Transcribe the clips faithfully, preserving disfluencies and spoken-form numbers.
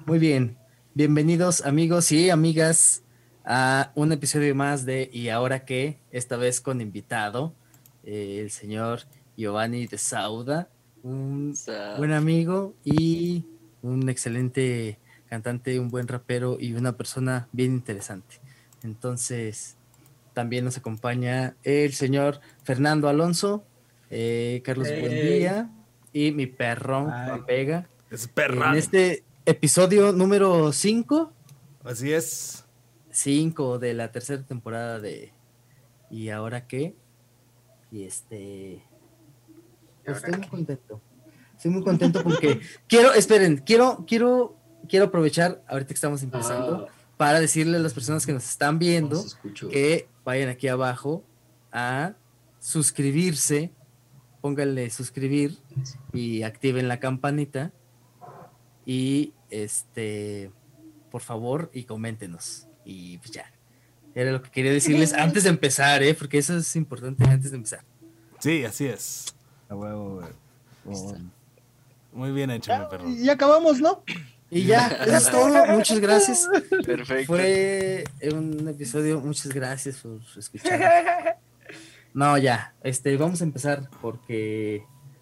Muy bien, bienvenidos amigos y amigas a un episodio más de ¿Y ahora qué? Esta vez con invitado, eh, el señor Giovanni de Sauda, un Sa- buen amigo y un excelente cantante, un buen rapero y una persona bien interesante. Entonces, también nos acompaña el señor Fernando Alonso, eh, Carlos Ey, Buendía y mi perrón ay, Juan Vega. Es En perrón. este episodio número cinco, Así es. cinco de la tercera temporada de ¿Y ahora qué? Y este, ¿y pues ahora estoy muy qué? contento. Estoy muy contento porque quiero, esperen, quiero, quiero, quiero aprovechar ahorita que estamos empezando Ah, para decirle a las personas que nos están ¿cómo se viendo escuchó? que vayan aquí abajo a suscribirse, pónganle suscribir y activen la campanita y este, por favor, y coméntenos. Y pues ya, era lo que quería decirles antes de empezar, ¿eh? Porque eso es importante antes de empezar. Sí, así es. A huevo, güey. Oh. Muy bien hecho, mi Ya, perro. y acabamos, ¿no? Y ya, eso es todo. Muchas gracias. Perfecto. Fue un episodio. Muchas gracias por escuchar. No, ya, este, vamos a empezar porque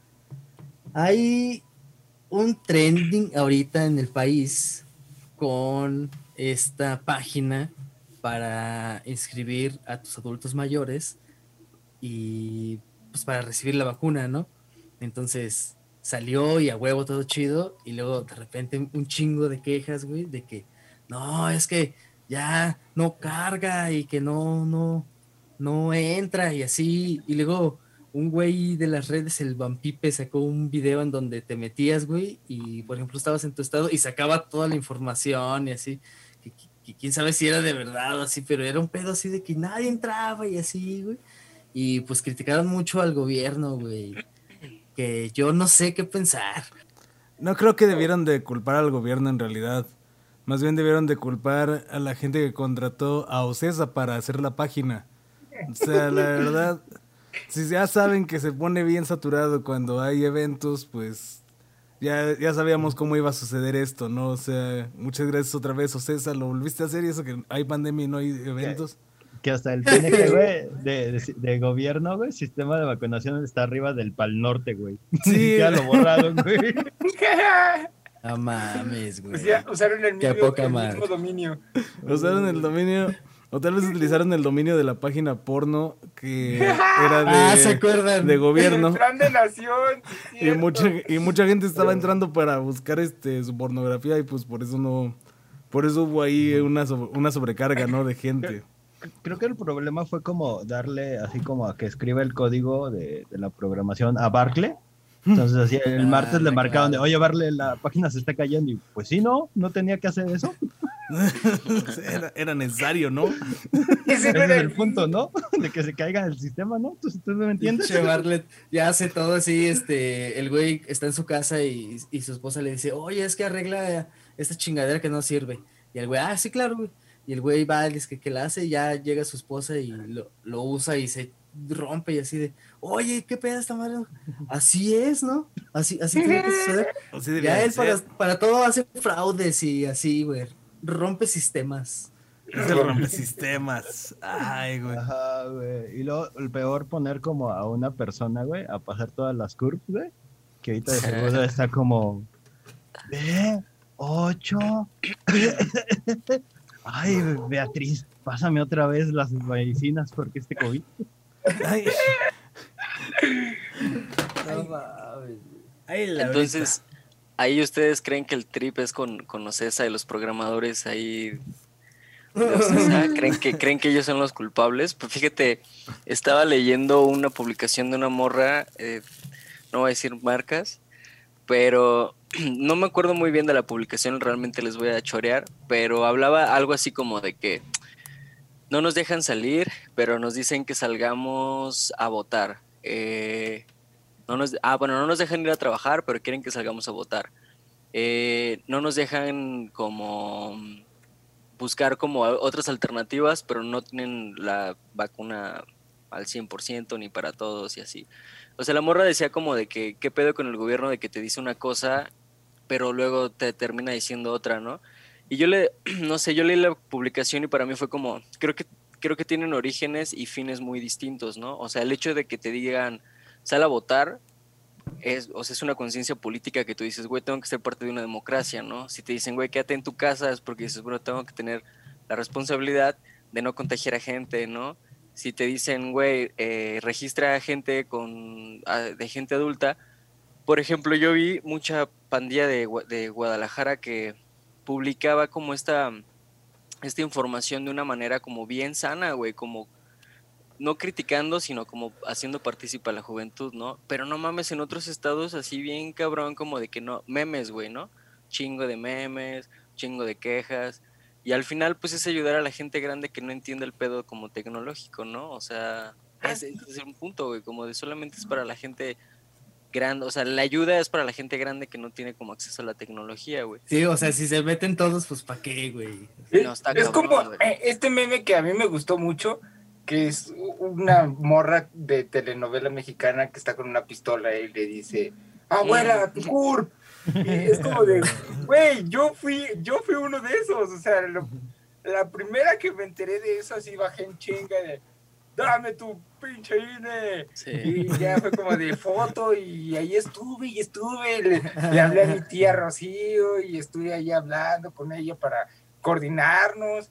hay un trending ahorita en el país con esta página para inscribir a tus adultos mayores y pues para recibir la vacuna, ¿no? Entonces salió y a huevo todo chido y luego de repente un chingo de quejas, güey, de que no, es que ya no carga y que no, no, no entra y así. Y luego un güey de las redes, el Vampipe, sacó un video en donde te metías, güey, y por ejemplo estabas en tu estado y sacaba toda la información y así. Que, que- que quién sabe si era de verdad o así, pero era un pedo así de que nadie entraba y así, güey. Y pues criticaron mucho al gobierno, güey. Que yo no sé qué pensar. No creo que debieron de culpar al gobierno en realidad. Más bien debieron de culpar a la gente que contrató a Ocesa para hacer la página. O sea, la verdad, si ya saben que se pone bien saturado cuando hay eventos, pues ya, ya sabíamos cómo iba a suceder esto, ¿no? O sea, muchas gracias otra vez, Ocesa, lo volviste a hacer y eso que hay pandemia y no hay eventos. Que hasta el P N G, güey, de, de, de gobierno, güey, sistema de vacunación está arriba del Pal Norte, güey. Ni Sí, siquiera lo borraron, güey. No mames, güey. O sea, usaron el Qué mismo, poca el madre. mismo dominio. usaron el dominio, o tal vez utilizaron el dominio de la página porno que era de, Ah, ¿se acuerdan? de gobierno. El plan de nación. Sí, Y cierto. mucha, y mucha gente estaba entrando para buscar este su pornografía y pues por eso no, por eso hubo ahí una, sobre- una sobrecarga, ¿no? De gente. Creo que el problema fue como darle así como a que escriba el código de, de la programación a Barclay. Entonces así el martes le Ah, marcaron de, claro. oye, Barley, la página se está cayendo. Y pues sí, no, no tenía que hacer eso. Era, era necesario, ¿no? Ese Ese no es era el el punto, ¿no? De que se caiga el sistema, ¿no? ¿Tú, tú me entiendes? Che Bartlett ya hace todo así, este, el güey está en su casa y, y su esposa le dice, oye, es que arregla esta chingadera que no sirve. Y el güey, ah, sí, claro, güey. Y el güey va, dice que, que la hace, y ya llega su esposa y lo, lo usa y se rompe y así de, oye, ¿qué pedo esta madre? Así es, ¿no? Así, así tiene que suceder. Así debía Ya de él para, ser. para todo hace fraudes y así, güey. Rompe sistemas. Es el rompesistemas. Ay, güey. Ajá, güey. Y luego, el peor, poner como a una persona, güey, a pasar todas las curves, güey. Que ahorita de seguro está como, ve, ocho. Ay, Beatriz, pásame otra vez las medicinas porque este COVID. Ay, No mames. ay, la Entonces, ahí ustedes creen que el trip es con, con Ocesa y los programadores ahí de Ocesa, ¿creen que, creen que ellos son los culpables? Pues fíjate, estaba leyendo una publicación de una morra, eh, no voy a decir marcas, pero no me acuerdo muy bien de la publicación, realmente les voy a chorear, pero hablaba algo así como de que no nos dejan salir, pero nos dicen que salgamos a votar. Eh, no nos, ah, bueno, no nos dejan ir a trabajar, pero quieren que salgamos a votar. Eh, no nos dejan como buscar como otras alternativas, pero no tienen la vacuna al cien por ciento ni para todos y así. O sea, la morra decía como de que qué pedo con el gobierno de que te dice una cosa pero luego te termina diciendo otra, ¿no? Y yo le, no sé, yo leí la publicación y para mí fue como, creo que, creo que tienen orígenes y fines muy distintos, ¿no? O sea, el hecho de que te digan, sal a votar, es, o sea, es una conciencia política que tú dices, güey, tengo que ser parte de una democracia, ¿no? Si te dicen, güey, quédate en tu casa, es porque dices, bueno, tengo que tener la responsabilidad de no contagiar a gente, ¿no? Si te dicen, güey, eh, registra a gente con, a, de gente adulta, por ejemplo, yo vi mucha pandilla de, de Guadalajara que publicaba como esta, esta información de una manera como bien sana, güey, como no criticando, sino como haciendo partícipe a la juventud, ¿no? Pero no mames, en otros estados así bien cabrón, como de que no, memes, güey, ¿no? Chingo de memes, chingo de quejas, y al final pues es ayudar a la gente grande que no entiende el pedo como tecnológico, ¿no? O sea, ese es, es un punto, güey, como de solamente es para la gente grande, o sea, la ayuda es para la gente grande que no tiene como acceso a la tecnología, güey. Sí, o sea, si se meten todos, pues ¿para qué, güey? No, está es cabrón, como güey. eh, este meme que a mí me gustó mucho, que es una morra de telenovela mexicana que está con una pistola y le dice, abuela, tu curp. Y es como de, güey, yo fui, yo fui uno de esos, o sea, lo- la primera que me enteré de eso así bajé en chinga de, dame tu pinche I N E. Sí. Y ya fue como de foto y ahí estuve y estuve, le, le hablé a mi tía Rocío y estuve ahí hablando con ella para coordinarnos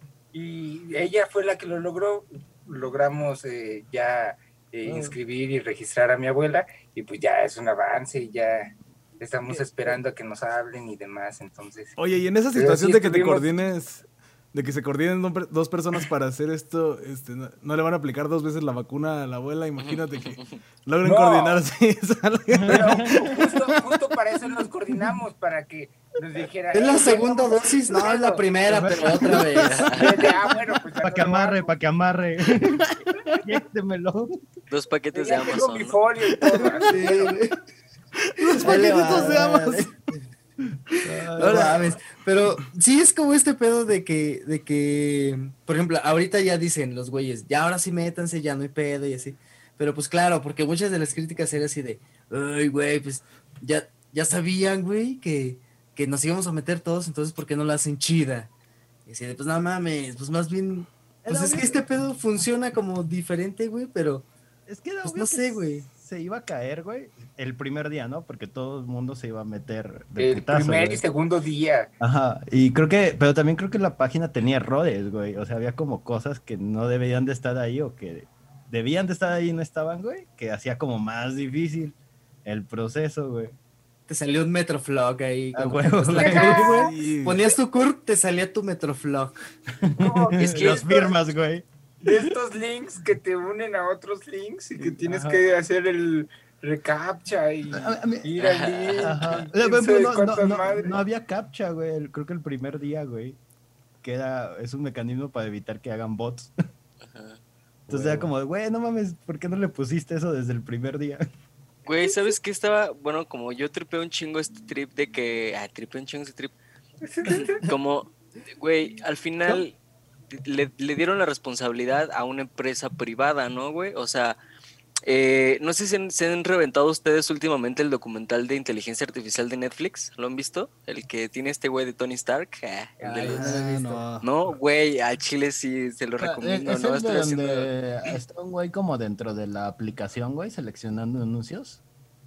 y ella fue la que lo logró, logramos eh, ya eh, inscribir y registrar a mi abuela y pues ya es un avance y ya estamos esperando a que nos hablen y demás, entonces... Oye, y en esa Pero situación sí de que te estuvimos- coordines, de que se coordinen do- dos personas para hacer esto, este, no, no le van a aplicar dos veces la vacuna a la abuela, imagínate que logren No. coordinarse y salgan. Pero justo, justo para eso nos coordinamos, para que nos dijera... ¿Es la "Eh, segunda vamos a dosis? No, hacer es la esto". primera, pero otra vez. Y de, ah, bueno, pues ya Para no que lo amarre, hago. para que amarre. Inyéctemelo. Dos paquetes de Ya tengo Amazon, mi ¿no? folio y todo. así. Sí, güey. Los Vale, paquetitos de vale. Amazon. No mames, pero sí es como este pedo de que, de que, por ejemplo, ahorita ya dicen los güeyes, ya ahora sí métanse, ya no hay pedo y así. Pero pues claro, porque muchas de las críticas eran así de, ay, güey, pues ya, ya sabían, güey, que, que nos íbamos a meter todos, entonces ¿por qué no la hacen chida? Y así de, pues no mames, pues más bien, pues es que este pedo funciona como diferente, güey, pero Es que era pues obvio no que sé, güey. se iba a caer, güey, el primer día, ¿no? Porque todo el mundo se iba a meter de El putazo, primer güey. y segundo día. Ajá, y creo que, pero también creo que la página tenía errores, güey. O sea, había como cosas que no debían de estar ahí o que debían de estar ahí y no estaban, güey, que hacía como más difícil el proceso, güey. Te salió un Metroflog ahí. Ah, cuando huevo, ponías la güey. curve, güey. Sí. Ponías tu curve, te salía tu Metroflog. Como Es que Las estos- firmas, güey. de estos links que te unen a otros links y que tienes Ajá. que hacer el recaptcha y A- a mí- ir al link. Ajá. y Eh, quién güey, sabe pero no, no, cuántas no- madres. no había captcha, güey. El- Creo que el primer día, güey, que era, es un mecanismo para evitar que hagan bots. Ajá. Entonces era como, de, güey, no mames, ¿por qué no le pusiste eso desde el primer día? Güey, ¿sabes qué estaba? Bueno, como yo tripeo un chingo este trip de que... Ah, tripeo un chingo este trip. Como, güey, al final le, le dieron la responsabilidad a una empresa privada, ¿no, güey? O sea, eh, no sé si han- se han reventado ustedes últimamente el documental de inteligencia artificial de Netflix. ¿Lo han visto? El que tiene este güey de Tony Stark. Ah, el de Ay, los- no lo he visto. no. No, güey, al chile sí se lo recomiendo, ¿Es ¿no? el de Estoy haciendo... donde está un güey como dentro de la aplicación, güey, seleccionando anuncios?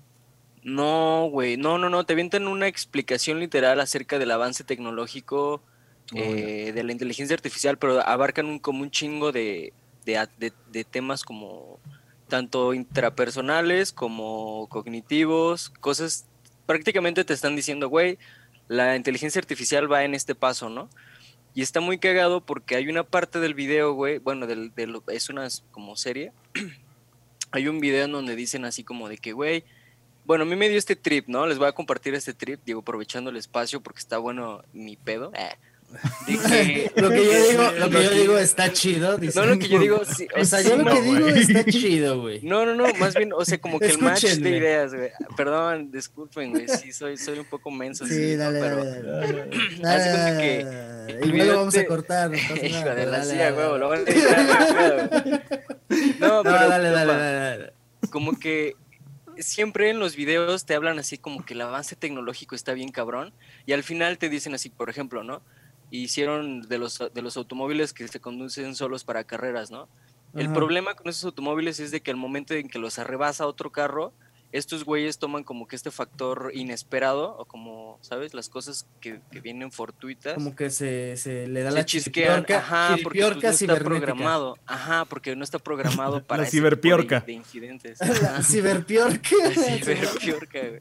No, güey, no, no, no, te avientan una explicación literal acerca del avance tecnológico, eh, de la inteligencia artificial, pero abarcan un, como un chingo de, de, a- de- de temas como tanto intrapersonales como cognitivos, cosas, prácticamente te están diciendo, güey, la inteligencia artificial va en este paso, ¿no? Y está muy cagado porque hay una parte del video, güey, bueno, del, de lo- es una como serie, hay un video en donde dicen así como de que, güey, bueno, a mí me dio este trip, ¿no? Les voy a compartir este trip, digo, aprovechando el espacio porque está bueno mi pedo. Eh, de que- Lo que yo digo, lo que yo digo está chido. no, dicen. lo que yo digo, sí, O sea, sí, yo lo no, que digo güey. está chido, güey. no, no, no, más bien, o sea, como que el match Escúchenme. de ideas, güey. Perdón, disculpen, güey, sí, soy, soy un poco menso. Sí, ¿no? dale, pero, dale, dale. Haz de cuenta que Dale, el igual video lo vamos te- a cortar. No pasa nada, Hijo de pero la dale, silla, dale, huevo, lo dale. van a editar, no hay pedo. No, No, pero dale, dale, compa, dale, dale. como que siempre en los videos te hablan así como que el avance tecnológico está bien cabrón y al final te dicen así, por ejemplo, ¿no? Hicieron de los, de los automóviles que se conducen solos para carreras, ¿no? El Ajá. problema con esos automóviles es de que al momento en que los arrebasa otro carro, estos güeyes toman como que este factor inesperado o como, ¿sabes? Las cosas que, que vienen fortuitas. Como que se, se le da Se la chisquean, chiripiorca, ajá, porque pues, chiripiorca no está cibernética. programado, ajá, porque no está programado para La ese tipo ciberpiorca. de, de incidentes. La Ajá. ciberpiorca. La ciberpiorca, güey.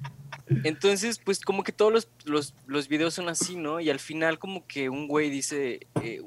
Entonces, pues como que todos los, los, los videos son así, ¿no? Y al final como que un güey dice, eh,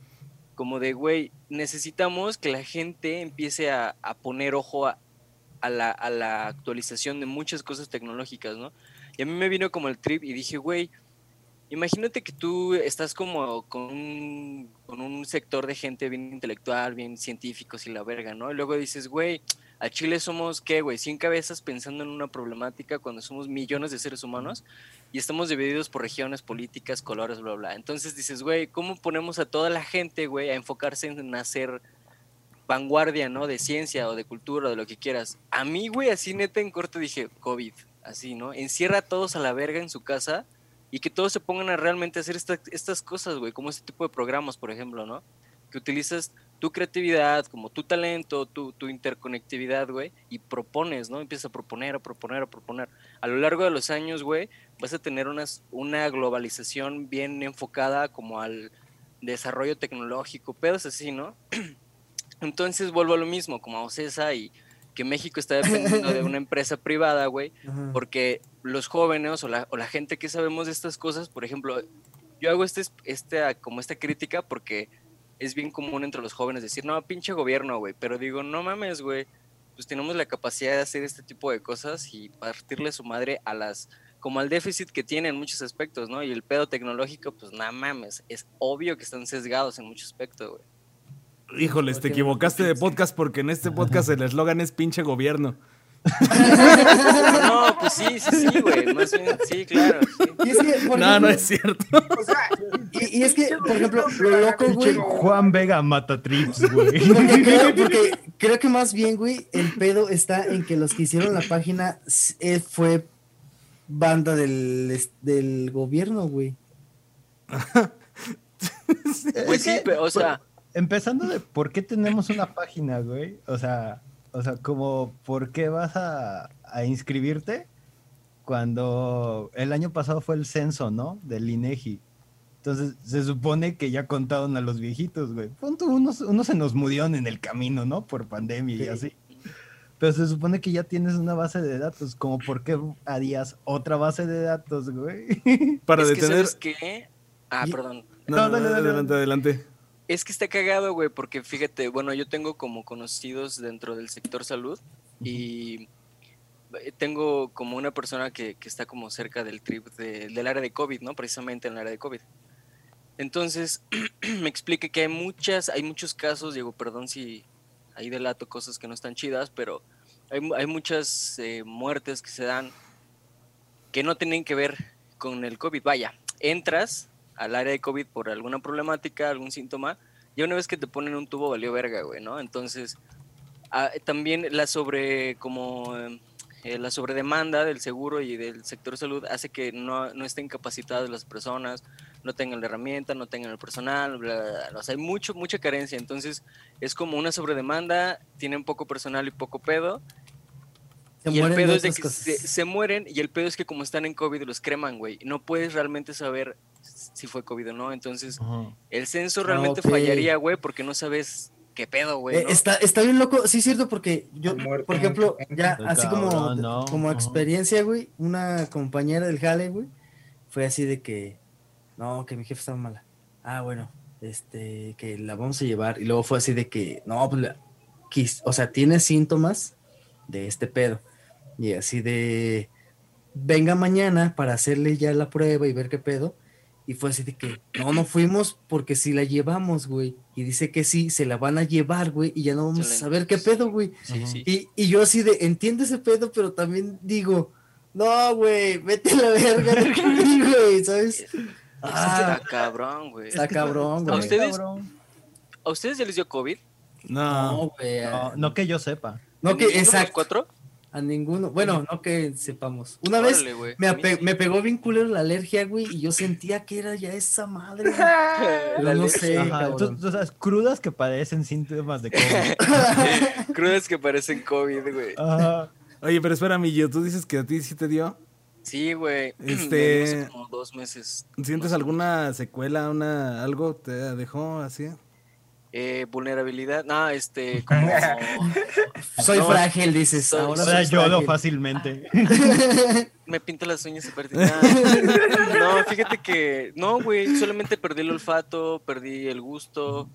como de, güey, necesitamos que la gente empiece a, a poner ojo a, a, la, a la actualización de muchas cosas tecnológicas, ¿no? Y a mí me vino como el trip y dije, güey, imagínate que tú estás como con un, con un sector de gente bien intelectual, bien científicos y la verga, ¿no? Y luego dices, güey, a Chile somos, ¿qué, güey? cien cabezas pensando en una problemática cuando somos millones de seres humanos y estamos divididos por regiones, políticas, colores, bla, bla. Entonces dices, güey, ¿cómo ponemos a toda la gente, güey, a enfocarse en hacer vanguardia, ¿no? De ciencia o de cultura o de lo que quieras? A mí, güey, así neta en corto dije, COVID, así, ¿no? Encierra a todos a la verga en su casa y que todos se pongan a realmente hacer esta, estas cosas, güey, como este tipo de programas, por ejemplo, ¿no? Que utilizas tu creatividad, como tu talento, tu, tu interconectividad, güey, y propones, ¿no? Empiezas a proponer, a proponer, a proponer. A lo largo de los años, güey, vas a tener unas, una globalización bien enfocada como al desarrollo tecnológico, pedos así, ¿no? Entonces vuelvo a lo mismo, como a Ocesa y que México está dependiendo de una empresa privada, güey, Ajá. porque los jóvenes o la, o la gente que sabemos de estas cosas, por ejemplo, yo hago este, este, como esta crítica porque es bien común entre los jóvenes decir, no, pinche gobierno, güey, pero digo, no mames, güey, pues tenemos la capacidad de hacer este tipo de cosas y partirle su madre a las, como al déficit que tiene en muchos aspectos, ¿no? Y el pedo tecnológico, pues no mames, es obvio que están sesgados en muchos aspectos, güey. Híjoles, te Ok, equivocaste de podcast porque en este podcast el eslogan es pinche gobierno. No, pues sí, sí, sí, güey, más bien, sí, claro, sí. Y es que, por No, ejemplo, no es cierto. O sea, y, y es que, por ejemplo, lo loco, güey, Juan Vega mata trips, güey. porque creo, porque creo que más bien, güey, el pedo está en que los que hicieron la página eh, fue banda del, es- del gobierno, güey. Pues Es sí, que, pero, o sea, empezando de por qué tenemos una página, güey. O sea, o sea, como por qué vas a, a inscribirte cuando el año pasado fue el censo, ¿no? Del INEGI. Entonces, se supone que ya contaron a los viejitos, güey. Punto, unos, unos se nos murieron en el camino, ¿no? Por pandemia y Sí. así. Pero se supone que ya tienes una base de datos. Como por qué harías otra base de datos, güey. Para es que detener. ¿sabes qué? Ah, Y- perdón. No, No, no, dale, dale, adelante, dale. adelante. Es que está cagado, güey, porque fíjate, bueno, yo tengo como conocidos dentro del sector salud y eh, tengo como una persona que, que está como cerca del trip de- del área de COVID, ¿no? Precisamente en el área de COVID. Entonces, me explica que hay muchas, hay muchos casos, Diego, perdón si ahí delato cosas que no están chidas, pero hay, mu- hay muchas eh, muertes que se dan que no tienen que ver con el COVID. Vaya, entras al área de COVID por alguna problemática, algún síntoma, ya una vez que te ponen un tubo valió verga, güey, ¿no? Entonces, ah, también la sobre, como eh, la sobredemanda del seguro y del sector salud hace que no, no estén capacitadas las personas, no tengan la herramienta, no tengan el personal, bla, bla, bla. O sea, hay mucho, mucha carencia, entonces es como una sobredemanda, tienen poco personal y poco pedo, Se y el mueren de pedo es de otras que cosas. se, se mueren y el pedo es que como están en COVID los creman, güey. No puedes realmente saber si fue COVID o no. Entonces el censo realmente Ok. fallaría, güey, porque no sabes qué pedo, güey, Eh, ¿no? está, está bien loco, sí es cierto, porque yo, Han muerto por ejemplo, mucha ya gente. así como, Cabrón, ¿no? como Ajá. experiencia, güey, una compañera del jale, güey, fue así de que, no, que mi jefe estaba mala. Ah, bueno, este, que la vamos a llevar. Y luego fue así de que, no, pues, la- quis- o sea, tiene síntomas de este pedo. Y así de, venga mañana para hacerle ya la prueba y ver qué pedo. Y fue así de que, no, no fuimos porque si la llevamos, güey. Y dice que sí, se la van a llevar, güey, y ya no vamos a Excelente. saber qué pedo, güey. Sí, sí. Y, y yo así de, entiendo ese pedo, pero también digo, no, güey, vete a la verga de aquí, güey, ¿sabes? Ah, Está cabrón, güey. está cabrón, ¿A güey. ustedes? Cabrón. ¿A ustedes ya les dio COVID? No. No, güey. No, no que yo sepa. No, que ¿Ninguno de los exacto. cuatro? A ninguno. Bueno, no que sepamos. Una Órale, vez güey. me, A mí ape- sí. me pegó bien culero la alergia, güey, y yo sentía que era ya esa madre. güey. La Pero no alergia. sé, Ajá, tú, cabrón. tú sabes, crudas que padecen síntomas de COVID. Crudas que parecen COVID, güey. Ajá. Oye, pero espera, Millo, tú dices que a ti sí te dio. Sí, güey. Este- Me dio hace como dos meses. ¿Sientes No sé. alguna secuela, una algo te dejó así? Eh, vulnerabilidad. No, este, como. Soy No, frágil, dices. soy- Ahora Ahora soy lloro frágil. fácilmente. Me pinto las uñas y perdí. Nah. No, fíjate que. No, güey. Solamente perdí el olfato, perdí el gusto.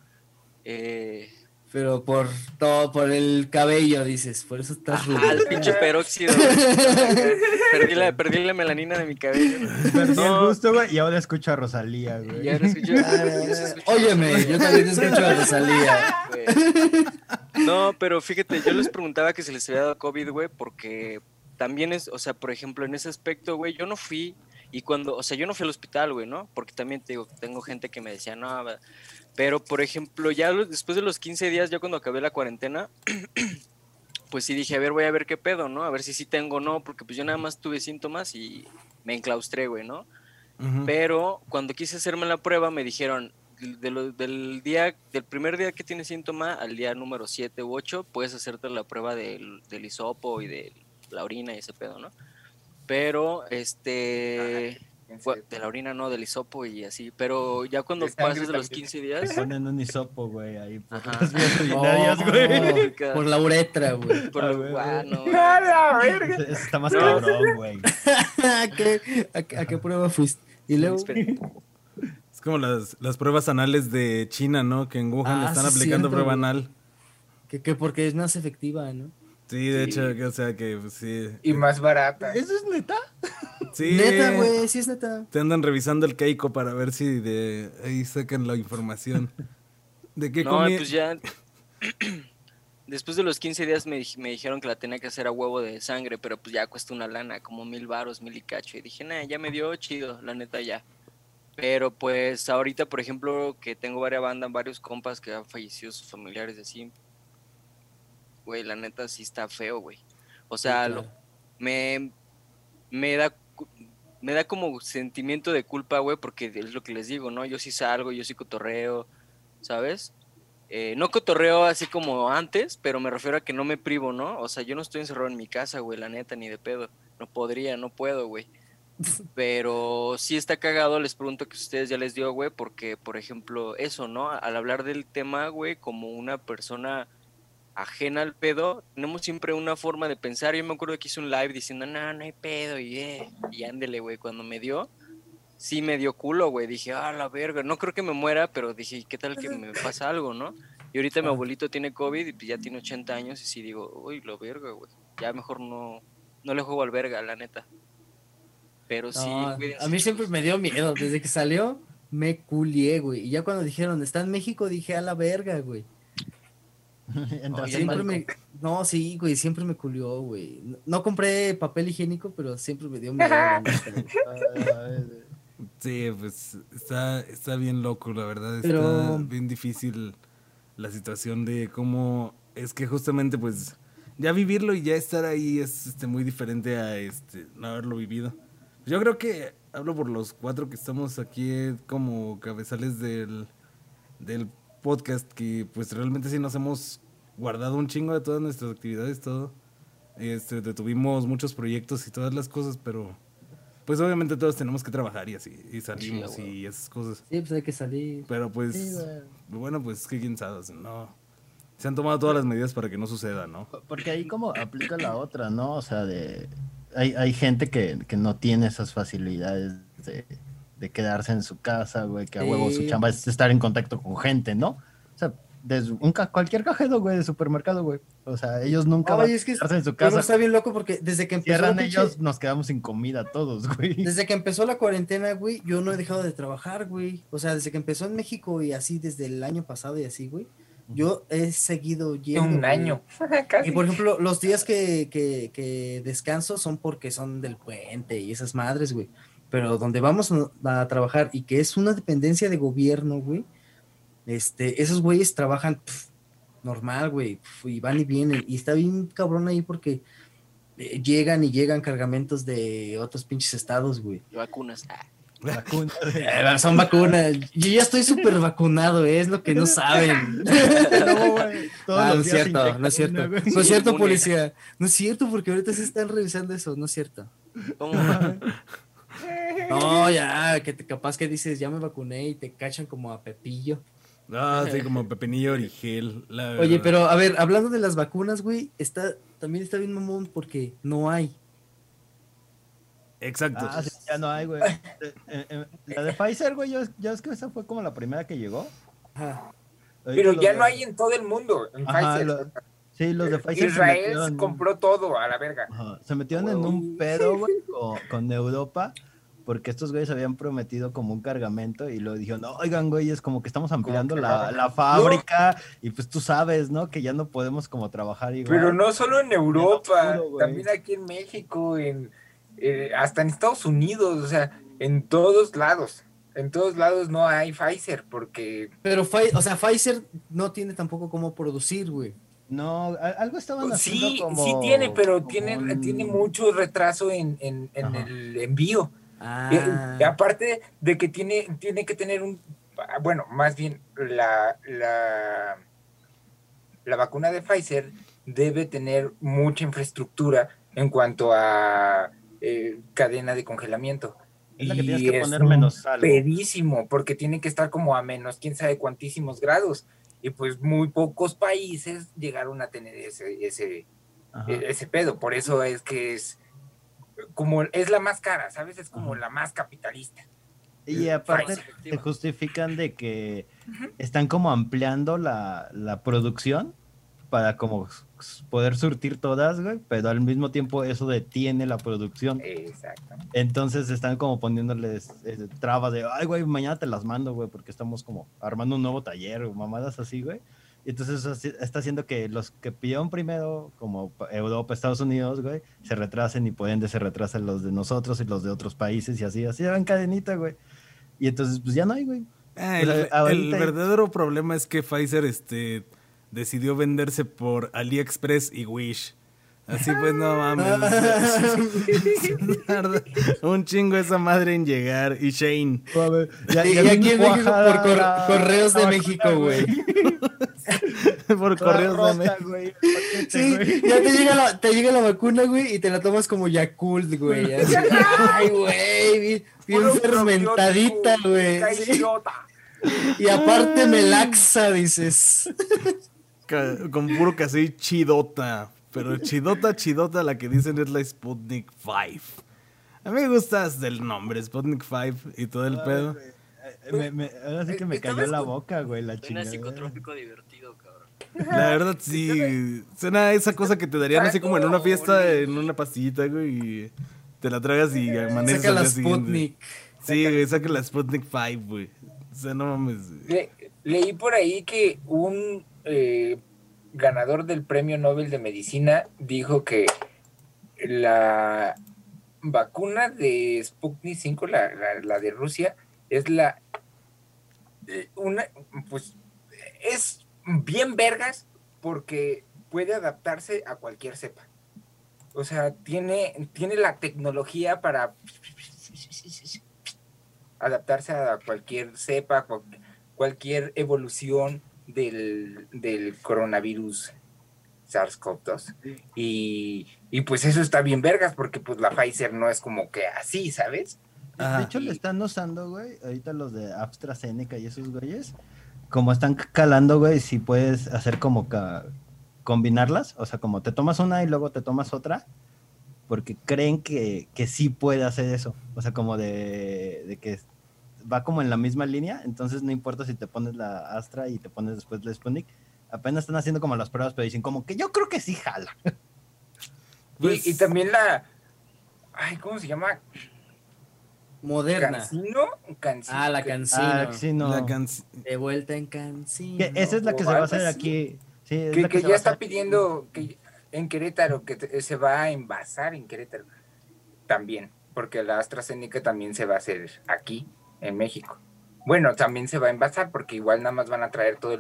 Eh. Pero por todo, por el cabello, dices. Por eso estás rubio. Ajá, el pinche peróxido. güey. Perdí la, perdí la melanina de mi cabello. Perdí No. el gusto, güey, y ahora escucho a Rosalía, güey. Y ahora escucho. Ah, yo sí escucho- Óyeme, yo también te escucho a Rosalía. güey. No, pero fíjate, yo les preguntaba que si les había dado COVID, güey, porque también es, o sea, por ejemplo, en ese aspecto, güey, yo no fui, y cuando, o sea, yo no fui al hospital, güey, ¿no? Porque también te digo, tengo gente que me decía, no, va- pero por ejemplo, ya los- después de los quince días, yo cuando acabé la cuarentena, pues sí dije, a ver, voy a ver qué pedo, ¿no? A ver si sí tengo o no, porque pues yo nada más tuve síntomas y me enclaustré, güey, ¿no? Ujú. Pero cuando quise hacerme la prueba me dijeron, de lo- del día, del primer día que tienes síntoma al día número siete u ocho, puedes hacerte la prueba del, del hisopo y de la orina y ese pedo, ¿no? Pero, este, fue- de la orina no, del hisopo y así, pero ya cuando De sangre pasas de los también. quince días, Ponen un hisopo, güey, ahí por Ajá. las vías urinarias, güey. Oh, por la uretra, güey. por Ah, lo- güey, ah, güey. no, güey. ¡A la verga! Eso está más No. cabrón, güey. ¿A qué, a, qué- a qué prueba fuiste? Y luego. Espera. Es como las, las pruebas anales de China, ¿no? Que en Wuhan Ah, le están sí, aplicando cierto, prueba güey. anal. Que, que porque es más efectiva, ¿no? Sí, de Sí. hecho, que, o sea que pues, sí. Y más barata. ¿Eso es neta? Sí. Neta, güey, sí es neta. Te andan revisando el Keiko para ver si de ahí sacan la información. ¿De qué No, comí? pues ya. Después de los quince días me, dij- me dijeron que la tenía que hacer a huevo de sangre, pero pues ya cuesta una lana, como mil varos, mil y cacho. Y dije, nah, ya me dio chido, la neta ya. Pero pues ahorita, por ejemplo, que tengo varias bandas, varios compas que han fallecido sus familiares y así. Güey, la neta sí está feo, güey. O sea, Sí, lo- claro. me, me da cu- me da como sentimiento de culpa, güey, porque es lo que les digo, ¿no? Yo sí salgo, yo sí cotorreo, ¿sabes? Eh, no cotorreo así como antes, pero me refiero a que no me privo, ¿no? O sea, yo no estoy encerrado en mi casa, güey, la neta, ni de pedo. No podría, no puedo, güey. Pero sí está cagado, les pregunto que ustedes ya les dio, güey, porque, por ejemplo, eso, ¿no? Al hablar del tema, güey, como una persona ajena al pedo, tenemos siempre una forma de pensar. Yo me acuerdo que hice un live diciendo, no, no hay pedo, y eh, y ándele, güey, cuando me dio, sí me dio culo, güey, dije, ah, la verga, no creo que me muera, pero dije, ¿qué tal que me pasa algo, no? Y ahorita mi abuelito tiene COVID y pues ya tiene ochenta años y sí digo, uy, lo verga, güey, ya mejor no, no le juego al verga, la neta. Pero sí, No, cuídense, a mí siempre chicos. me dio miedo. Desde que salió, me culié, güey. Y ya cuando dijeron, está en México, dije, a la verga, güey. Entraste en Siempre me. pánico. No, sí, güey, siempre me culió, güey. No, no compré papel higiénico, pero siempre me dio miedo. la neta, güey. Sí, pues está, está bien loco, la verdad. Está Pero- bien difícil la situación de cómo es que justamente pues ya vivirlo y ya estar ahí es este, muy diferente a este no haberlo vivido. Yo creo que hablo por los cuatro que estamos aquí eh, como cabezales del, del podcast, que pues realmente sí nos hemos guardado un chingo de todas nuestras actividades, todo. Este, detuvimos muchos proyectos y todas las cosas, pero pues obviamente todos tenemos que trabajar y así, y salimos Sí, a huevo. y esas cosas. Sí, pues hay que salir. Pero pues, Sí, güey. bueno, pues que quién sabe, no. Se han tomado todas las medidas para que no suceda, ¿no? Porque ahí como aplica la otra, ¿no? O sea, de hay, hay gente que, que no tiene esas facilidades de, de quedarse en su casa, güey, que a huevo su Sí. chamba es estar en contacto con gente, ¿no? O sea, desde un ca- cualquier cajero, güey, de supermercado, güey. O sea, ellos nunca van Oye, a es que quedarse en su pero casa. está bien loco porque desde que empezó. Cierran la pinche- ellos, nos quedamos sin comida todos, güey. Desde que empezó la cuarentena, güey, yo no he dejado de trabajar, güey. O sea, desde que empezó en México y así desde el año pasado y así, güey. Yo he seguido yendo. Un güey. año. Casi. Y por ejemplo, los días que, que, que descanso son porque son del puente y esas madres, güey. Pero donde vamos a trabajar y que es una dependencia de gobierno, güey, este, esos güeyes trabajan pf, normal, güey, pf, y van y vienen. Y está bien cabrón ahí porque eh, llegan y llegan cargamentos de otros pinches estados, güey. Y vacunas. Ah. Vacuna. Eh, son vacunas. Yo ya estoy súper vacunado, eh, es lo que no saben. No, güey. Todos Ah, no los es días cierto, inyectan no es cierto. una, güey. No es cierto, Inmune. policía. No es cierto, porque ahorita se están revisando eso, no es cierto. ¿Cómo? No, ya, que te, capaz que dices, ya me vacuné y te cachan como a Pepillo. No, sí, como Pepinillo Origel. La Oye, verdad. pero a ver, hablando de las vacunas, güey, está, también está bien mamón porque no hay. Exacto. Ah, sí, ya no hay, güey. Eh, eh, eh, La de Pfizer, güey, ya, ya es que esa fue como la primera que llegó. Ajá. Pero Ahorita ya los no de- hay en todo el mundo, en Ajá, Pfizer. lo- sí, los de Pfizer se Israel metieron, compró todo a la verga. ajá, se metieron en un pedo, güey, con, con Europa, porque estos güeyes habían prometido como un cargamento y luego dijeron, no, oigan, güey, es como que estamos ampliando que la, no. la fábrica y pues tú sabes, ¿no? Que ya no podemos como trabajar igual. Pero no solo en Europa, oscuro, güey. también aquí en México, en, eh, hasta en Estados Unidos, o sea, en todos lados. En todos lados no hay Pfizer porque Pero, Pfi- o sea, Pfizer no tiene tampoco cómo producir, güey. No, a- algo estaban haciendo sí, como... sí tiene, pero como tiene, un- tiene mucho retraso en, en, en Ajá. el envío. Ah, Eh, eh, aparte de que tiene, tiene que tener un, bueno, más bien la, la, la vacuna de Pfizer debe tener mucha infraestructura en cuanto a eh, cadena de congelamiento. Es la que Y tienes que es poner un menos algo. pedísimo, porque tiene que estar como a menos quién sabe cuantísimos grados. Y pues muy pocos países llegaron a tener ese, ese, Ajá. e- ese pedo. Por eso es que es como es la más cara, ¿sabes? Es como Ajá. la más capitalista. Y aparte Pfizer. te justifican de que están como ampliando la, la producción para como s- poder surtir todas, güey, pero al mismo tiempo eso detiene la producción. Exacto. Entonces están como poniéndoles eh, trabas de, ay, güey, mañana te las mando, güey, porque estamos como armando un nuevo taller o mamadas así, güey. Y entonces eso haci- está haciendo que los que pidieron primero, como pa- Europa, Estados Unidos, güey, se retrasen y por ende se retrasan los de nosotros y los de otros países y así, así va en cadenita, güey. Y entonces, pues ya no hay, güey. Ah, O sea, el, el ahorita- verdadero problema es que Pfizer este, decidió venderse por AliExpress y Wish. Así pues, no mames. Tarda un chingo esa madre en llegar. Y Shane. A ver, ya- y, ya y aquí bien en México cuajada por cor- la- correos la de vacuna, México, güey. Por Toda correos de rota, México. güey, el paquete, Sí, güey. ya te llega, la, te llega la vacuna, güey, y te la tomas como Yakult, güey. Así, ay, güey, bien, bien Puro fermentadita, probiótico, güey. cae Sí. idiota. Y aparte me laxa, dices. Ca- Con puro casi chidota. Pero chidota, chidota, la que dicen es la Sputnik cinco. A mí me gustas del nombre, Sputnik cinco y todo el Ay, pedo. güey. Eh, me- me- ahora sí que me Estaba cayó la escu- boca, güey, la Suena chingada. psicotrópico divertido, cabrón. La verdad sí, suena esa cosa que te darían así como en una fiesta, en una pastillita, güey, y te la tragas y amaneces Saca al la día siguiente. Sputnik. Sí, güey, saca la Sputnik cinco, güey. O sea, no mames. güey. Le- leí por ahí que un eh, ganador del Premio Nobel de Medicina dijo que la vacuna de Sputnik cinco, la, la, la de Rusia, es la eh, una, pues es bien vergas porque puede adaptarse a cualquier cepa. O sea, tiene, tiene la tecnología para adaptarse a cualquier cepa, cual- cualquier evolución del, del coronavirus SARS-CoV dos. Y, y pues eso está bien vergas, porque pues la Pfizer no es como que así, ¿sabes? De Ajá. hecho, le están usando, güey, ahorita los de AstraZeneca y esos güeyes, como están calando, güey, si puedes hacer como ca- combinarlas, o sea, como te tomas una y luego te tomas otra, porque creen que, que sí puede hacer eso, o sea, como de, de que va como en la misma línea, entonces no importa si te pones la Astra y te pones después la Sputnik, apenas están haciendo como las pruebas, pero dicen como que yo creo que sí jala. Pues- y, y también la... Ay, ¿cómo se llama? Moderna. ¿Cancino? Cancino. Ah, la Cancino. Ah, sí, no. La canc- De vuelta en Cancino. Que esa es la que o se va a algo hacer así. aquí. Sí, es Que, la que se ya va a está hacer aquí. pidiendo que en Querétaro, que te- se va a envasar en Querétaro también, porque la AstraZeneca también se va a hacer aquí, en México. Bueno, también se va a envasar porque igual nada más van a traer todo el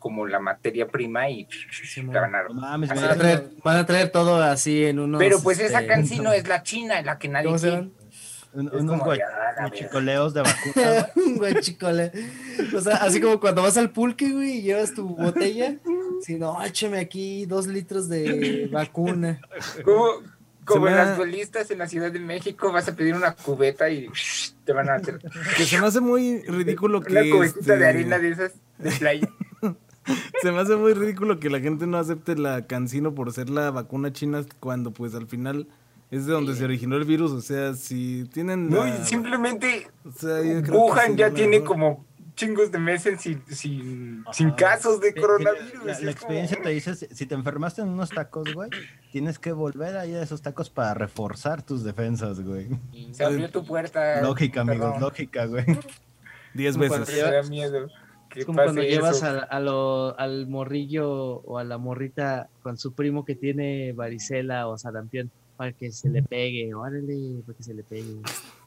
como la materia prima y Sí, la van a... No mames, Así Van a güey. traer, van a traer todo así en unos. Pero pues esa este, cancino es la china, la que nadie ¿Cómo se quiere. llaman? Un- Es unos como de, guay- ah, la verga. guachicoleos de vacuna, güey. Un guachicole. O sea, así como cuando vas al pulque, güey, y llevas tu botella. Si no, échame aquí dos litros de vacuna. Como, como Se en me las ha- bolistas en la Ciudad de México, vas a pedir una cubeta y te van a hacer Que se me hace muy ridículo que... una cubetita este, de harina de esas de playa. Se me hace muy ridículo que la gente no acepte la cancino por ser la vacuna china cuando pues al final es de donde se originó el virus. O sea, si tienen... No, la- y simplemente o sea, yo creo que Wuhan sí, ya es tiene mejor. como chingos de meses sin, sin, Ajá. sin casos de Sí, sí, coronavirus. La, es la como- experiencia te dice, si, si te enfermaste en unos tacos, güey, tienes que volver a ir a esos tacos para reforzar tus defensas, güey. Se abrió tu puerta. Lógica, amigos, perdón. lógica, güey. Diez Como Porque veces. me da miedo que Es como cuando pase llevas eso. a, a lo- al morrillo o a la morrita con su primo que tiene varicela o sarampión para que se le pegue. Órale, para que se le pegue.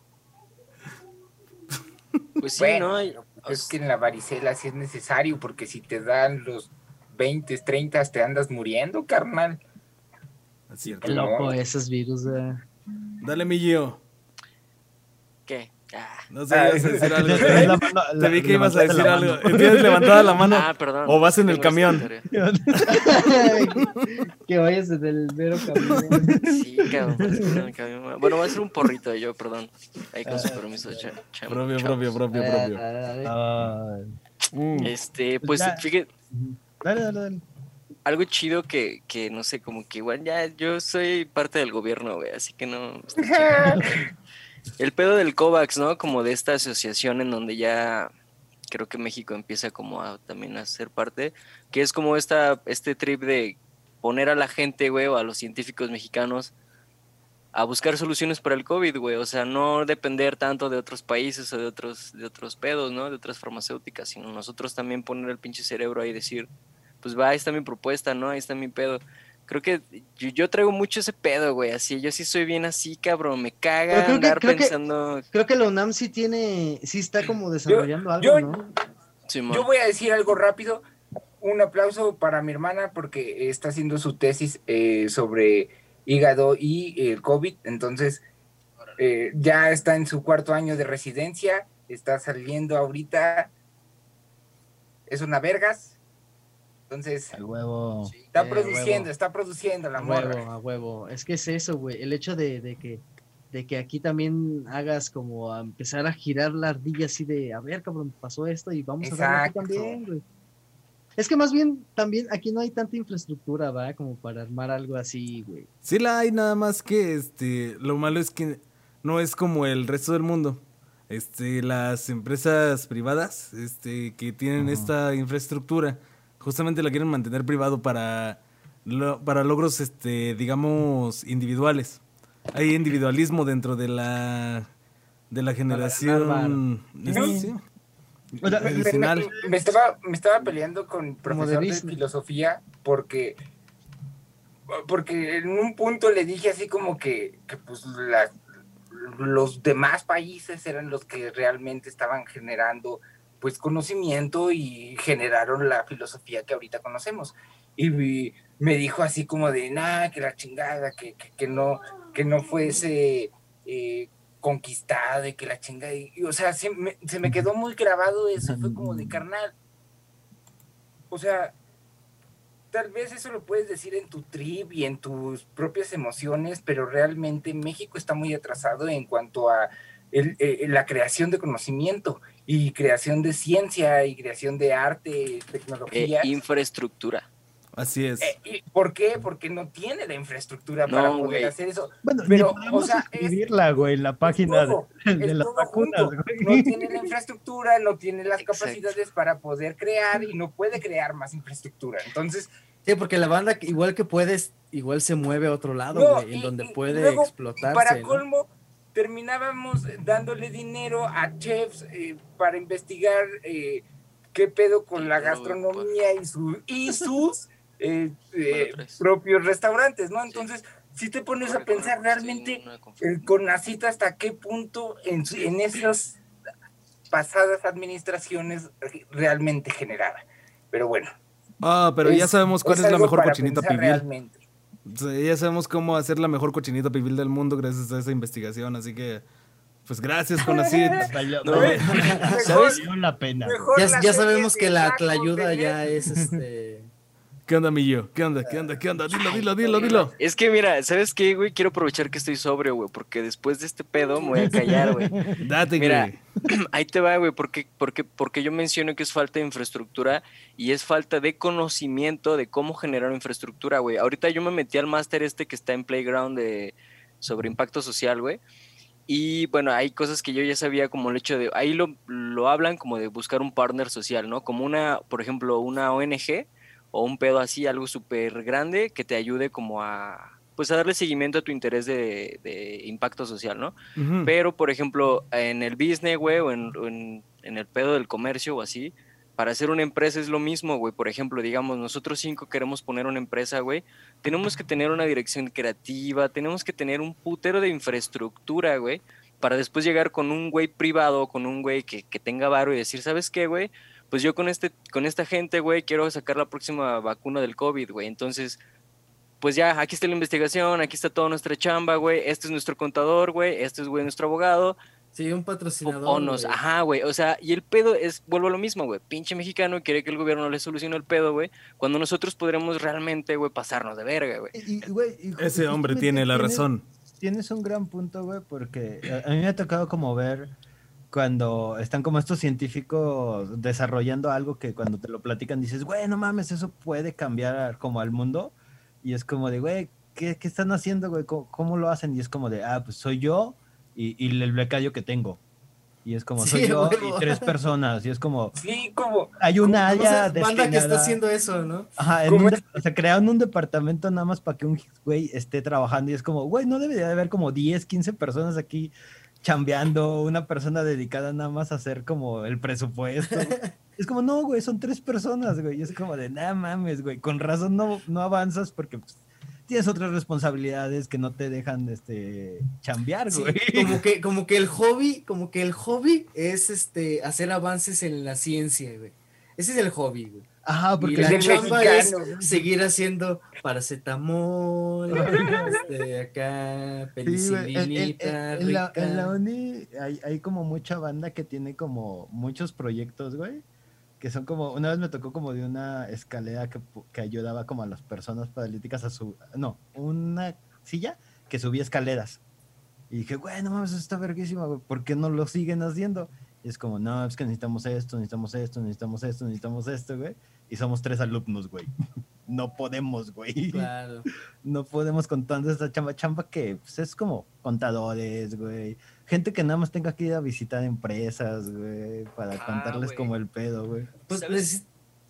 Pues sí, Bueno, ¿no? Y- es que en la varicela sí es necesario, porque si te dan los veinte, treinta, te andas muriendo, carnal. Es cierto. Qué loco esos virus. eh. Dale, mi Gio. ¿Qué? Ah, No sé, Ah, ibas a decir Es que algo. tienes la mano- Te la- vi que ibas a levantaste decir la algo. mano. Tienes levantada la mano. Ah, perdón. O vas en el Tengo camión. esta teoría. Que vayas en el mero camino. Sí, cabrón. parece que no me cabía más. Bueno, voy a hacer un porrito yo, perdón. Ahí con su permiso, cha- chamo, Propio, chavos. propio, propio, propio. Ay. Mm. Este, pues Ya. fíjate, Dale, dale, dale. algo chido que, que no sé, como que igual ya yo soy parte del gobierno, güey, así que no. está chido. El pedo del COVAX, ¿no? Como de esta asociación en donde ya creo que México empieza como a también a ser parte, que es como esta, este trip de poner a la gente, güey, o a los científicos mexicanos a buscar soluciones para el COVID, güey, o sea, no depender tanto de otros países o de otros, de otros pedos, ¿no? De otras farmacéuticas, sino nosotros también poner el pinche cerebro ahí y decir, pues va, ahí está mi propuesta, ¿no? Ahí está mi pedo. Creo que yo, yo traigo mucho ese pedo, güey, así, yo sí soy bien así, cabrón, me caga Pero creo que- andar creo que- pensando... Creo que la UNAM sí tiene, sí está como desarrollando algo, yo- ¿no? Simón. Yo voy a decir algo rápido. Un aplauso para mi hermana porque está haciendo su tesis eh, sobre hígado y el COVID. Entonces, eh, ya está en su cuarto año de residencia. Está saliendo ahorita. Es una vergas. Entonces, El huevo. está Eh, produciendo, huevo. está produciendo la A morra. huevo, a huevo. Es que es eso, güey. El hecho de, de que de que aquí también hagas como a empezar a girar la ardilla así de, a ver, cabrón, pasó esto y vamos a hacerlo aquí Exacto. también, güey. Es que más bien también aquí no hay tanta infraestructura, va, como para armar algo así, güey. Sí la hay, nada más que este, lo malo es que no es como el resto del mundo. Este, las empresas privadas, este, que tienen Ujú. esta infraestructura, justamente la quieren mantener privado para, lo- para logros, este, digamos, individuales. Hay individualismo dentro de la de la generación. este, sí, O sea, Me, me- medicinal. me- me estaba, me estaba peleando con Como de profesor de, business. filosofía porque, porque en un punto le dije así como que, que pues la- los demás países eran los que realmente estaban generando pues conocimiento y generaron la filosofía que ahorita conocemos. Y vi- me dijo así como de, nada, que la chingada, que, que, que no, que no fuese eh, conquistada y que la chingada. Y, y, o sea, se me, se me quedó muy grabado eso. Fue como de carnal. O sea, tal vez eso lo puedes decir en tu trip y en tus propias emociones, pero realmente México está muy atrasado en cuanto a el, eh, la creación de conocimiento y creación de ciencia y creación de arte, Eh, tecnología. infraestructura. Así es. Eh, ¿y ¿Por qué? Porque no tiene la infraestructura No, para poder güey. hacer eso. Bueno, Pero, ni podemos o sea, es- escribirla, güey, en la página es todo, de, de es las todo vacunas, junto. güey. No tiene la infraestructura, no tiene las Exacto. capacidades para poder crear y no puede crear más infraestructura. Entonces, Sí, porque la banda, que igual que puedes, igual se mueve a otro lado, No, güey, en y- donde y puede luego, explotarse. para ¿no? colmo, terminábamos dándole dinero a chefs eh, para investigar eh, qué pedo con Sí, la claro, gastronomía y, su, y sus eh, eh, Bueno, tres. propios restaurantes, ¿no? Entonces, si te pones a pensar realmente el CONACYT hasta qué punto en, su- en esas pasadas administraciones realmente generaba. Pero bueno, Ah, pero ya sabemos cuál es, la algo mejor para cochinita pensar pibil. realmente. Sí, ya sabemos cómo hacer la mejor cochinita pibil del mundo gracias a esa investigación, así que pues gracias, Conacid. Valió, No, valió- ¿sabes? valió la pena. güey. Mejor Ya, la ya serie sabemos de que la, tacos la ayuda de ya Netflix. es este. ¿Qué onda, Millo? ¿Qué onda? ¿Qué onda? ¿Qué onda? Dilo, dilo, dilo, dilo. Es que mira, ¿sabes qué, güey? Quiero aprovechar que estoy sobrio, güey, porque después de este pedo me voy a callar, güey. Date, Mira, güey. ahí te va, güey, porque, porque, porque yo menciono que es falta de infraestructura y es falta de conocimiento de cómo generar infraestructura, güey. Ahorita yo me metí al máster este que está en Playground de, sobre impacto social, güey. Y bueno, hay cosas que yo ya sabía, como el hecho de, ahí lo, lo hablan como de buscar un partner social, ¿no? Como una, por ejemplo, una O N G o un pedo así, algo súper grande que te ayude como a, pues a darle seguimiento a tu interés de, de impacto social, ¿no? Ujú. Pero, por ejemplo, en el business, güey, o en, o en, en el pedo del comercio o así, para hacer una empresa es lo mismo, güey. Por ejemplo, digamos, nosotros cinco queremos poner una empresa, güey. Tenemos que tener una dirección creativa, tenemos que tener un putero de infraestructura, güey, para después llegar con un güey privado, con un güey que, que tenga varo y decir, ¿sabes qué, güey? Pues yo con, este, con esta gente, güey, quiero sacar la próxima vacuna del COVID, güey. Entonces, pues ya, aquí está la investigación, aquí está toda nuestra chamba, güey. Este es nuestro contador, güey. Este es, güey, nuestro abogado. Sí, un patrocinador. Ponos, güey. ajá, güey. O sea, y el pedo es, vuelvo a lo mismo, güey. Pinche mexicano quiere que el gobierno le solucione el pedo, güey. Cuando nosotros podremos realmente, güey, pasarnos de verga, güey. Y- y, güey, y ju- Ese hombre justamente tiene la tienes- razón. Tienes un gran punto, güey, porque a, a mí me ha tocado como ver cuando están como estos científicos desarrollando algo que cuando te lo platican dices, güey, no mames, eso puede cambiar como al mundo. Y es como de, güey, ¿qué, qué están haciendo, güey? ¿Cómo, cómo lo hacen? Y es como de, ah, pues soy yo y, y el becario que tengo. Y es como, Sí, soy yo huevo. y tres personas. Y es como, Sí, como, hay una O sea, área banda que está destinada- haciendo eso, ¿no? Ajá, en ¿Cómo un es? de- o sea, crearon un departamento nada más para que un güey esté trabajando y es como, güey, no debería de haber como diez, quince personas aquí chambeando, una persona dedicada nada más a hacer como el presupuesto. Es como, no, güey, son tres personas, güey. Y es como de, nada mames, güey, con razón no, no avanzas porque pues, tienes otras responsabilidades que no te dejan este chambear, Sí, güey. como que, como que el hobby, como que el hobby es este hacer avances en la ciencia, güey. Ese es el hobby, güey. Ajá, Y porque la el chamba mexicano, es güey. seguir haciendo paracetamol, este, acá, Sí, güey, en- en- penicilinita, en- en la, rica. en la uni hay, hay como mucha banda que tiene como muchos proyectos, güey, que son como, una vez me tocó como de una escalera que, pu- que ayudaba como a las personas paralíticas a su, no, una silla que subía escaleras. Y dije, güey, no mames, eso está verguísima, güey, ¿por qué no lo siguen haciendo? Y es como, no, es que necesitamos esto, necesitamos esto, necesitamos esto, necesitamos esto, güey, y somos tres alumnos, güey. No podemos, güey. Claro. No podemos con toda esta chamba, chamba que pues, es como contadores, güey. Gente que nada más tenga que ir a visitar empresas, güey, para Ajá, contarles güey. como el pedo, güey. Pues, ¿Sabes? neces-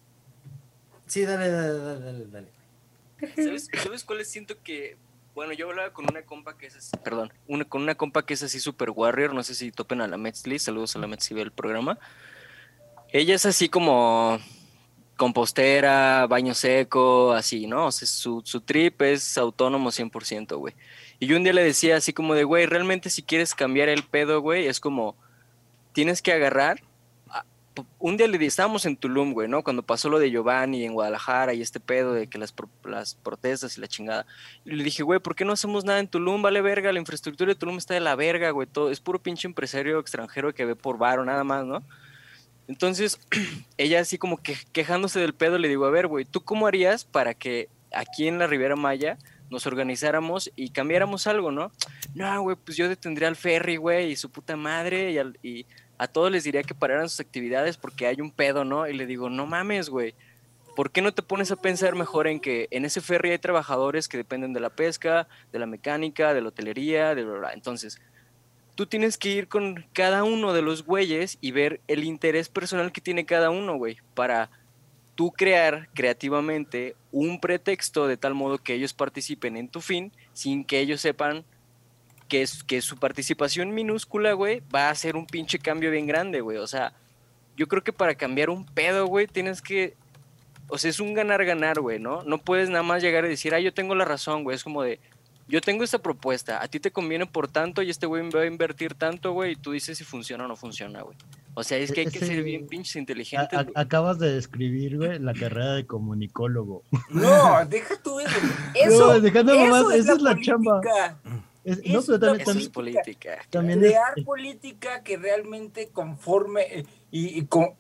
sí, dale, dale, dale, dale, dale. ¿Sabes, ¿Sabes cuál es? Siento que, bueno, yo hablaba con una compa que es así, perdón, una, con una compa que es así super warrior, no sé si topen a la Metzli, saludos a la Metzli del programa. Ella es así como compostera, baño seco, así, ¿no? O sea, su, su trip es autónomo cien por ciento, güey. Y yo un día le decía así como de, güey, realmente si quieres cambiar el pedo, güey, es como, tienes que agarrar. a- Un día le di, estábamos en Tulum, güey, ¿no? Cuando pasó lo de Giovanni en Guadalajara y este pedo de que las, pro- las protestas y la chingada. Y le dije, güey, ¿por qué no hacemos nada en Tulum? Vale verga, la infraestructura de Tulum está de la verga, güey. Todo, es puro pinche empresario extranjero que ve por varo, nada más, ¿no? Entonces, ella así como que quejándose del pedo, le digo, a ver, güey, ¿tú cómo harías para que aquí en la Riviera Maya nos organizáramos y cambiáramos algo, ¿no? No, güey, pues yo detendría al ferry, güey, y su puta madre, y, al- y a todos les diría que pararan sus actividades porque hay un pedo, ¿no? Y le digo, no mames, güey, ¿por qué no te pones a pensar mejor en que en ese ferry hay trabajadores que dependen de la pesca, de la mecánica, de la hotelería, de bla, bla, bla? Entonces, tú tienes que ir con cada uno de los güeyes y ver el interés personal que tiene cada uno, güey, para tú crear creativamente un pretexto de tal modo que ellos participen en tu fin sin que ellos sepan que, es, que su participación minúscula, güey, va a hacer un pinche cambio bien grande, güey. O sea, yo creo que para cambiar un pedo, güey, tienes que... O sea, es un ganar-ganar, güey, ¿no? No puedes nada más llegar y decir, ah, yo tengo la razón, güey. Es como de, yo tengo esta propuesta, a ti te conviene por tanto y este güey va a invertir tanto, güey, y tú dices si funciona o no funciona, güey. O sea, es que hay que Ese- ser bien pinches A- inteligentes, a- güey. acabas de describir, güey, la carrera de comunicólogo. No, deja tú eso. Eso, No, dejando de eso mamadas, es esa la es la chamba. política. Es- Eso no, pero es la también, Eso es también, política. también es, Crear política que realmente conforme eh, y, y con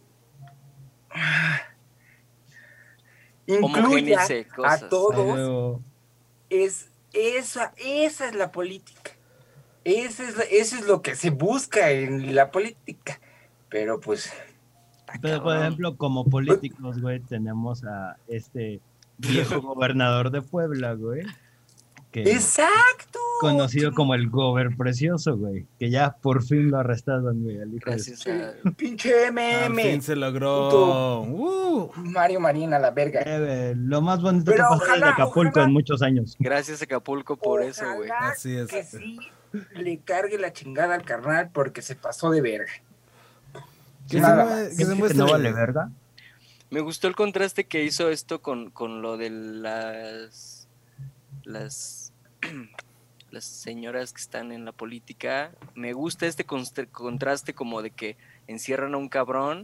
incluya Homogenice a cosas. a todos. huevo. Es esa, esa es la política. Esa es la- eso es lo que se busca en la política. Pero pues, Está Pero, por cabrón. ejemplo, como políticos, güey, tenemos a este viejo gobernador de Puebla, güey, que exacto. conocido como el Gober Precioso, güey, que ya por fin lo arrestaron, güey, al hijo de su- Gracias a... Pinche Al meme. fin se logró. Uh. Mario Marín a la verga. Eh, güey, lo más bonito Pero que ha pasado ojalá, en Acapulco ojalá. en muchos años. Gracias a Acapulco por eso, güey. Ojalá Así es. que sí le cargue la chingada al carnal porque se pasó de verga. Que Nada se más. mue- ¿Es que que se no muestre- vale verga? Me gustó el contraste que hizo esto con, con lo de las las las señoras que están en la política. Me gusta este const- contraste como de que encierran a un cabrón,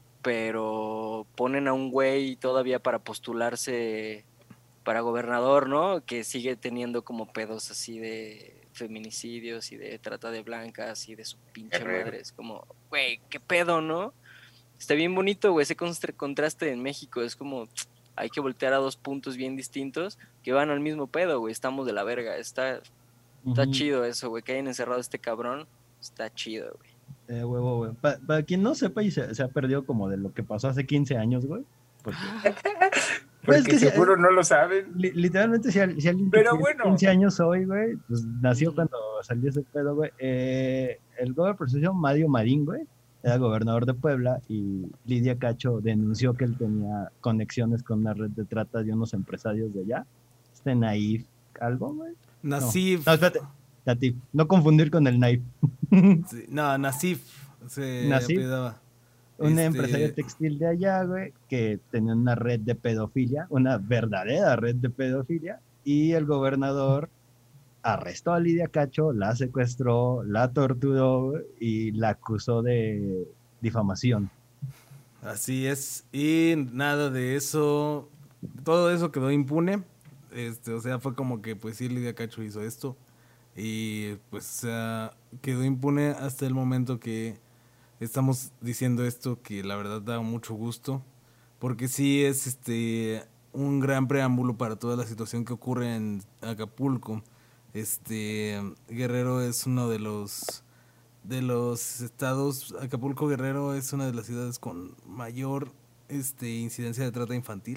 pero ponen a un güey todavía para postularse para gobernador, ¿no? Que sigue teniendo como pedos así de feminicidios y de trata de blancas y de su pinche Herrero. madre. Es como, güey, qué pedo, ¿no? Está bien bonito, güey, ese constra- contraste en México. Es como, hay que voltear a dos puntos bien distintos que van al mismo pedo, güey. Estamos de la verga. Está, está Ujú. chido eso, güey. Que hayan encerrado a este cabrón. Está chido, güey. Eh, huevo, güey. Pa- para quien no sepa y se, se ha perdido como de lo que pasó hace quince años, güey. Porque, Porque Pues es que si- seguro no lo saben. li- literalmente, si, al- si alguien que Pero tiene bueno. quince años hoy, güey, pues nació Ujú. cuando salió ese pedo, güey. Eh, el gobernador preciso, Mario Marín, güey, era gobernador de Puebla y Lidia Cacho denunció que él tenía conexiones con una red de trata de unos empresarios de allá. Este Naif, ¿algo, güey? No. Nasif. No, espérate. Natif. No confundir con el Naif. Sí, no, Nasif se Nasif. apellidaba. Un Este, empresario textil de allá, güey, que tenía una red de pedofilia, una verdadera red de pedofilia, y el gobernador arrestó a Lidia Cacho, la secuestró, la torturó güey, y la acusó de difamación. Así es. Y nada de eso. Todo eso quedó impune. Este, o sea, fue como que pues sí, Lidia Cacho hizo esto. Y pues o sea, quedó impune hasta el momento que estamos diciendo esto, que la verdad da mucho gusto. Porque sí es este un gran preámbulo para toda la situación que ocurre en Acapulco. Este Guerrero es uno de los de los estados. Acapulco Guerrero es una de las ciudades con mayor este incidencia de trata infantil.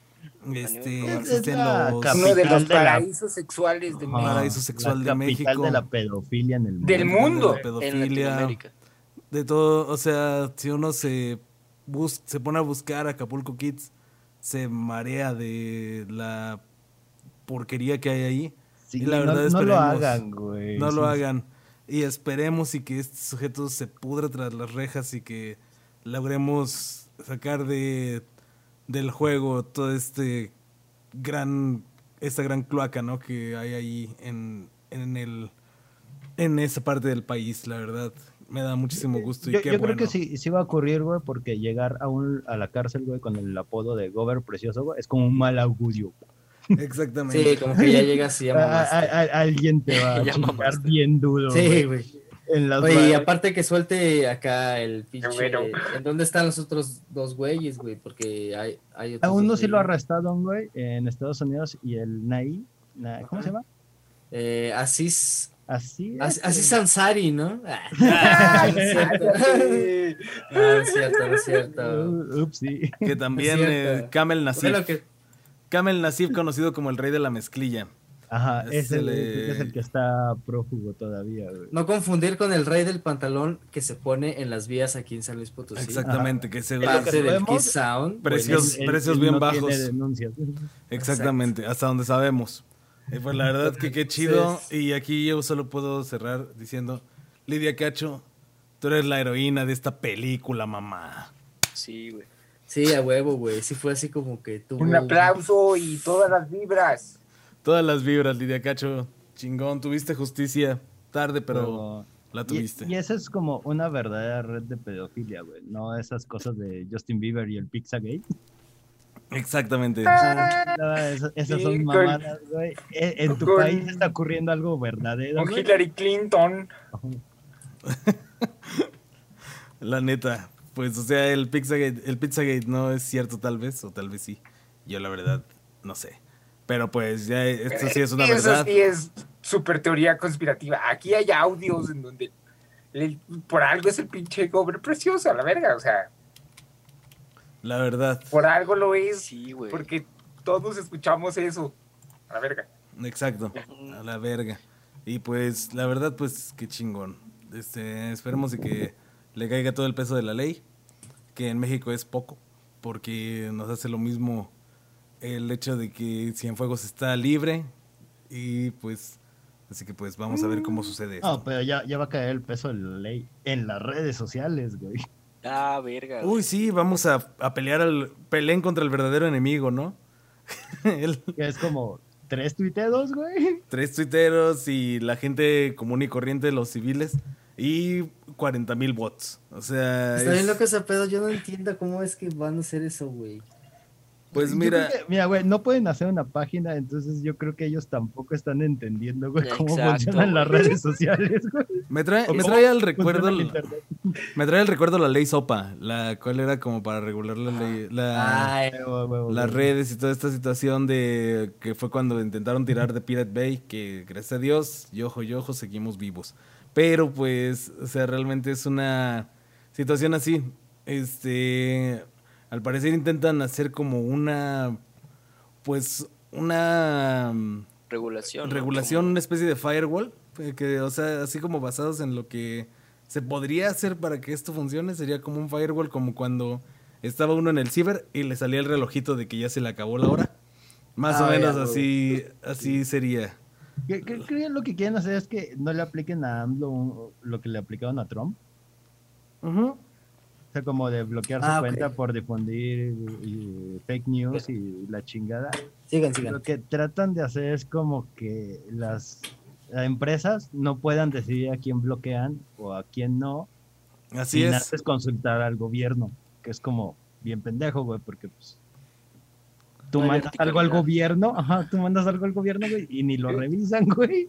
Este Es- es existen la los capital Uno de los de la- paraísos sexuales de Ajá, México. Paraíso sexual la de capital México. de la pedofilia en el mundo. Del mundo. de la En pedofilia, Latinoamérica. de todo, o sea, si uno se bus se pone a buscar Acapulco Kids, se marea de la porquería que hay ahí. Sí, y la no- verdad no, lo esperemos, hagan, güey. no lo Sí, hagan. Y esperemos y que este sujeto se pudra tras las rejas y que logremos sacar de del juego todo este gran esta gran cloaca, ¿no? Que hay ahí en, en el en esa parte del país, la verdad. Me da muchísimo gusto y Yo, qué yo bueno. creo que sí, sí va a ocurrir, güey, porque llegar a, un, a la cárcel, güey, con el apodo de Gober Precioso, güey, es como un mal augurio. Exactamente. Sí, como que ya llegas y ya A- a- mamaste. a- alguien te va a Ya chingar mamaste. bien duro, Sí, güey, güey. en las Oye, y manos. aparte que suelte acá el pinche... Bueno. ¿En dónde están los otros dos güeyes, güey? Porque hay, hay otros A uno dos sí lo güeyes. arrestaron, güey, en Estados Unidos y el Nai, Na- ¿cómo se llama? Eh, Asís... Así es. As- Asís Ansari, ¿no? Ah, Ah, no es cierto. cállate. Ah, no es cierto, no es cierto. Uh, ups, sí. Que también Es cierto. eh, Kamel Nasif. Bueno, que... Kamel Nasif, conocido como el rey de la mezclilla. Ajá, Ese es el, le- es el que está prófugo todavía, güey. No confundir con el rey del pantalón que se pone en las vías aquí en San Luis Potosí. Exactamente, que se Es lo que Parte del sabemos. Kiss Sound. Precios- Él- él- precios él bien no bajos. tiene denuncias. Exactamente, hasta donde sabemos. Eh, pues la verdad que qué chido. Sí. Y aquí yo solo puedo cerrar diciendo, Lidia Cacho, tú eres la heroína de esta película, mamá. Sí, güey. Sí, a huevo, güey. Sí fue así como que tuvo... Un aplauso y todas las vibras. Todas las vibras, Lidia Cacho. Chingón, tuviste justicia. Tarde, pero, Pero- la Y, tuviste. y esa es como una verdadera red de pedofilia, güey. No esas cosas de Justin Bieber y el Pizzagate. Exactamente. No, esas, esas Sí, son con- mamadas, güey. En, en tu con- país está ocurriendo algo verdadero, Con güey. Hillary Clinton. La neta. Pues, o sea, el Pizzagate, el Pizzagate no es cierto tal vez, o tal vez sí. Yo la verdad, no sé. Pero pues ya esto sí es una Eso verdad. sí es súper teoría conspirativa. Aquí hay audios en donde el- por algo es el pinche gober precioso, a la verga. O sea, La verdad. por algo lo es. Sí, güey. Porque todos escuchamos eso. A la verga. Exacto. A la verga. Y pues, la verdad, pues, qué chingón. Este, esperemos y que le caiga todo el peso de la ley, que en México es poco, porque nos hace lo mismo el hecho de que Cienfuegos está libre y pues, así que pues vamos a ver cómo sucede esto. No, pero ya, ya va a caer el peso de la ley en las redes sociales, güey. Ah, verga. Uy, sí, vamos a, a pelear al peleen contra el verdadero enemigo, ¿no? El- Que es como tres tuiteros, güey. tres tuiteros y la gente común y corriente, los civiles, y cuarenta mil bots. O sea, Está es- bien loco ese pedo, yo no entiendo cómo es que van a hacer eso, güey. pues Yo mira, creo que- mira, güey, no pueden hacer una página, entonces yo creo que ellos tampoco están entendiendo, güey, cómo Exacto, funcionan las güey. redes sociales, güey. me trae, O me cómo trae al funciona recuerdo el la- internet. me trae al recuerdo la ley SOPA, la cual era como para regular la ley, la, Ay, Huevo, huevo, las huevo. redes y toda esta situación de que fue cuando intentaron tirar de Pirate Bay, que gracias a Dios, yojo, yojo, seguimos vivos. Pero pues, o sea, realmente es una situación así. Este, al parecer intentan hacer como una, pues, una mm, Regulación. ¿no? regulación, una especie de firewall, eh, que, o sea, así como basados en lo que se podría hacer para que esto funcione, sería como un firewall, como cuando estaba uno en el ciber y le salía el relojito de que ya se le acabó la hora. Más Ah, o menos ya, así, así sería. ¿Qué- qué- qué lo que quieren hacer es que no le apliquen a AMLO lo que le aplicaron a Trump? Ujú. O sea, como de bloquear su Ah, ok. cuenta por difundir y fake news y la chingada. sigan, sigan. Lo que tratan de hacer es como que las, las empresas no puedan decidir a quién bloquean o a quién no, Así sin es. antes consultar al gobierno, que es como bien pendejo, güey, porque pues tú No hay mandas algo al verticalidad. gobierno, ajá, tú mandas algo al gobierno, güey, y ni lo revisan, güey.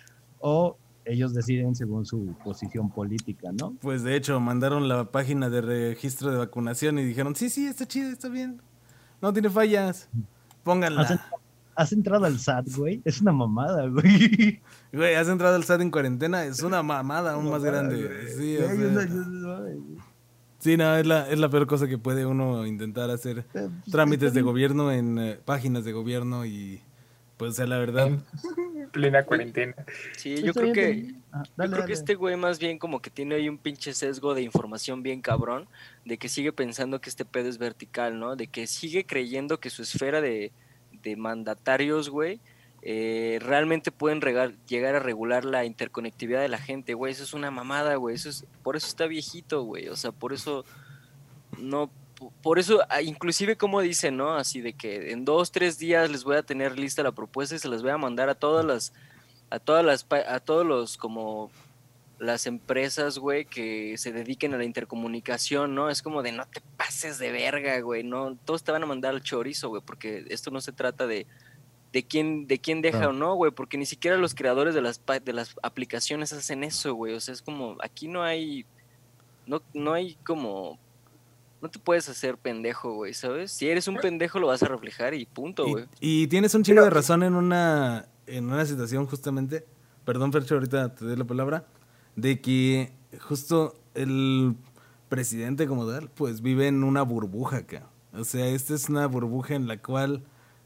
O ellos deciden según su posición política, ¿no? Pues de hecho, mandaron la página de registro de vacunación y dijeron, sí, sí, está chido, está bien. No tiene fallas. Pónganla. Hacen- ¿Has entrado al S A T, güey? Es una mamada, güey. Güey, has entrado al S A T en cuarentena, es una mamada aún más Mamada, grande. güey. Sí, o Güey, sea, una- yo- sí, no, es la, es la peor cosa que puede uno intentar hacer. Eh, pues, Trámites está de bien. gobierno en eh, páginas de gobierno y pues o sea, la verdad, En plena cuarentena. Sí, Está yo creo bien, que... también. Ah, Yo dale, creo que dale. este güey más bien como que tiene ahí un pinche sesgo de información bien cabrón, de que sigue pensando que este pedo es vertical, ¿no? De que sigue creyendo que su esfera de, de mandatarios, güey, eh, realmente pueden regar- llegar a regular la interconectividad de la gente, güey. Eso es una mamada, güey. Eso es, por eso está viejito, güey. O sea, por eso no... Por eso, ah, inclusive como dicen, ¿no? Así de que en dos, tres días les voy a tener lista la propuesta y se las voy a mandar a todas las a todas las pa- a todos los como las empresas, güey, que se dediquen a la intercomunicación, ¿no? Es como de no te pases de verga, güey, no, todos te van a mandar al chorizo, güey, porque esto no se trata de de quién de quién deja Claro. o no, güey, porque ni siquiera los creadores de las pa- de las aplicaciones hacen eso, güey, o sea, es como aquí no hay no no hay como no te puedes hacer pendejo, güey, ¿sabes? Si eres un pendejo lo vas a reflejar y punto, y, güey. y tienes un chingo de razón en una en una situación justamente, perdón Fercho, ahorita te doy la palabra, de que justo el presidente como tal, pues vive en una burbuja acá. O sea, esta es una burbuja en la cual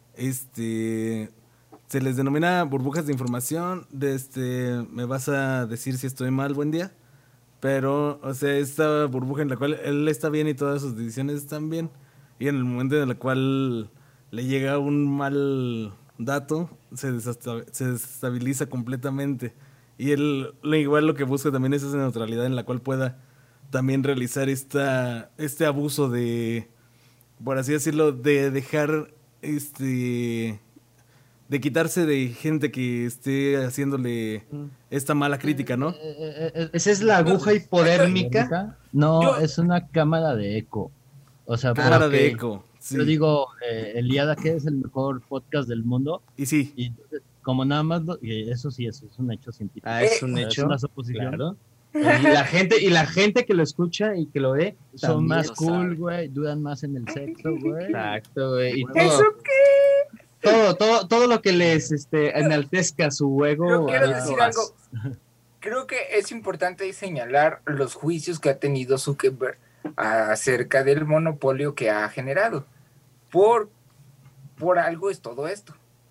este se les denomina burbujas de información, de este me vas a decir si estoy mal, buen día. Pero, o sea, esta burbuja en la cual él está bien y todas sus decisiones están bien. Y en el momento en el cual le llega un mal dato, se, desesta- se desestabiliza completamente. Y él lo- igual lo que busca también es esa neutralidad en la cual pueda también realizar esta, este abuso de, por así decirlo, de dejar este de quitarse de gente que esté haciéndole esta mala crítica, ¿no? Esa es la aguja hipodérmica. No, Yo- es una cámara de eco. O sea, Cámara de porque eco. Sí. yo digo, eh, Eliada, que es el mejor podcast del mundo, Y sí, y como nada más, lo- y eso sí, eso es un hecho científico. Ah, es un Es hecho. una suposición. Claro. Y la gente, y la gente que lo escucha y que lo ve, Son también más lo cool, sabe. güey, duran más en el sexo, güey. Exacto, güey. Y ¿Eso todo, qué? todo, todo, todo lo que les este, enaltezca su ego. Pero quiero lo decir hace. algo. Creo que es importante señalar los juicios que ha tenido Zuckerberg acerca del monopolio que ha generado. Por, por algo es todo esto.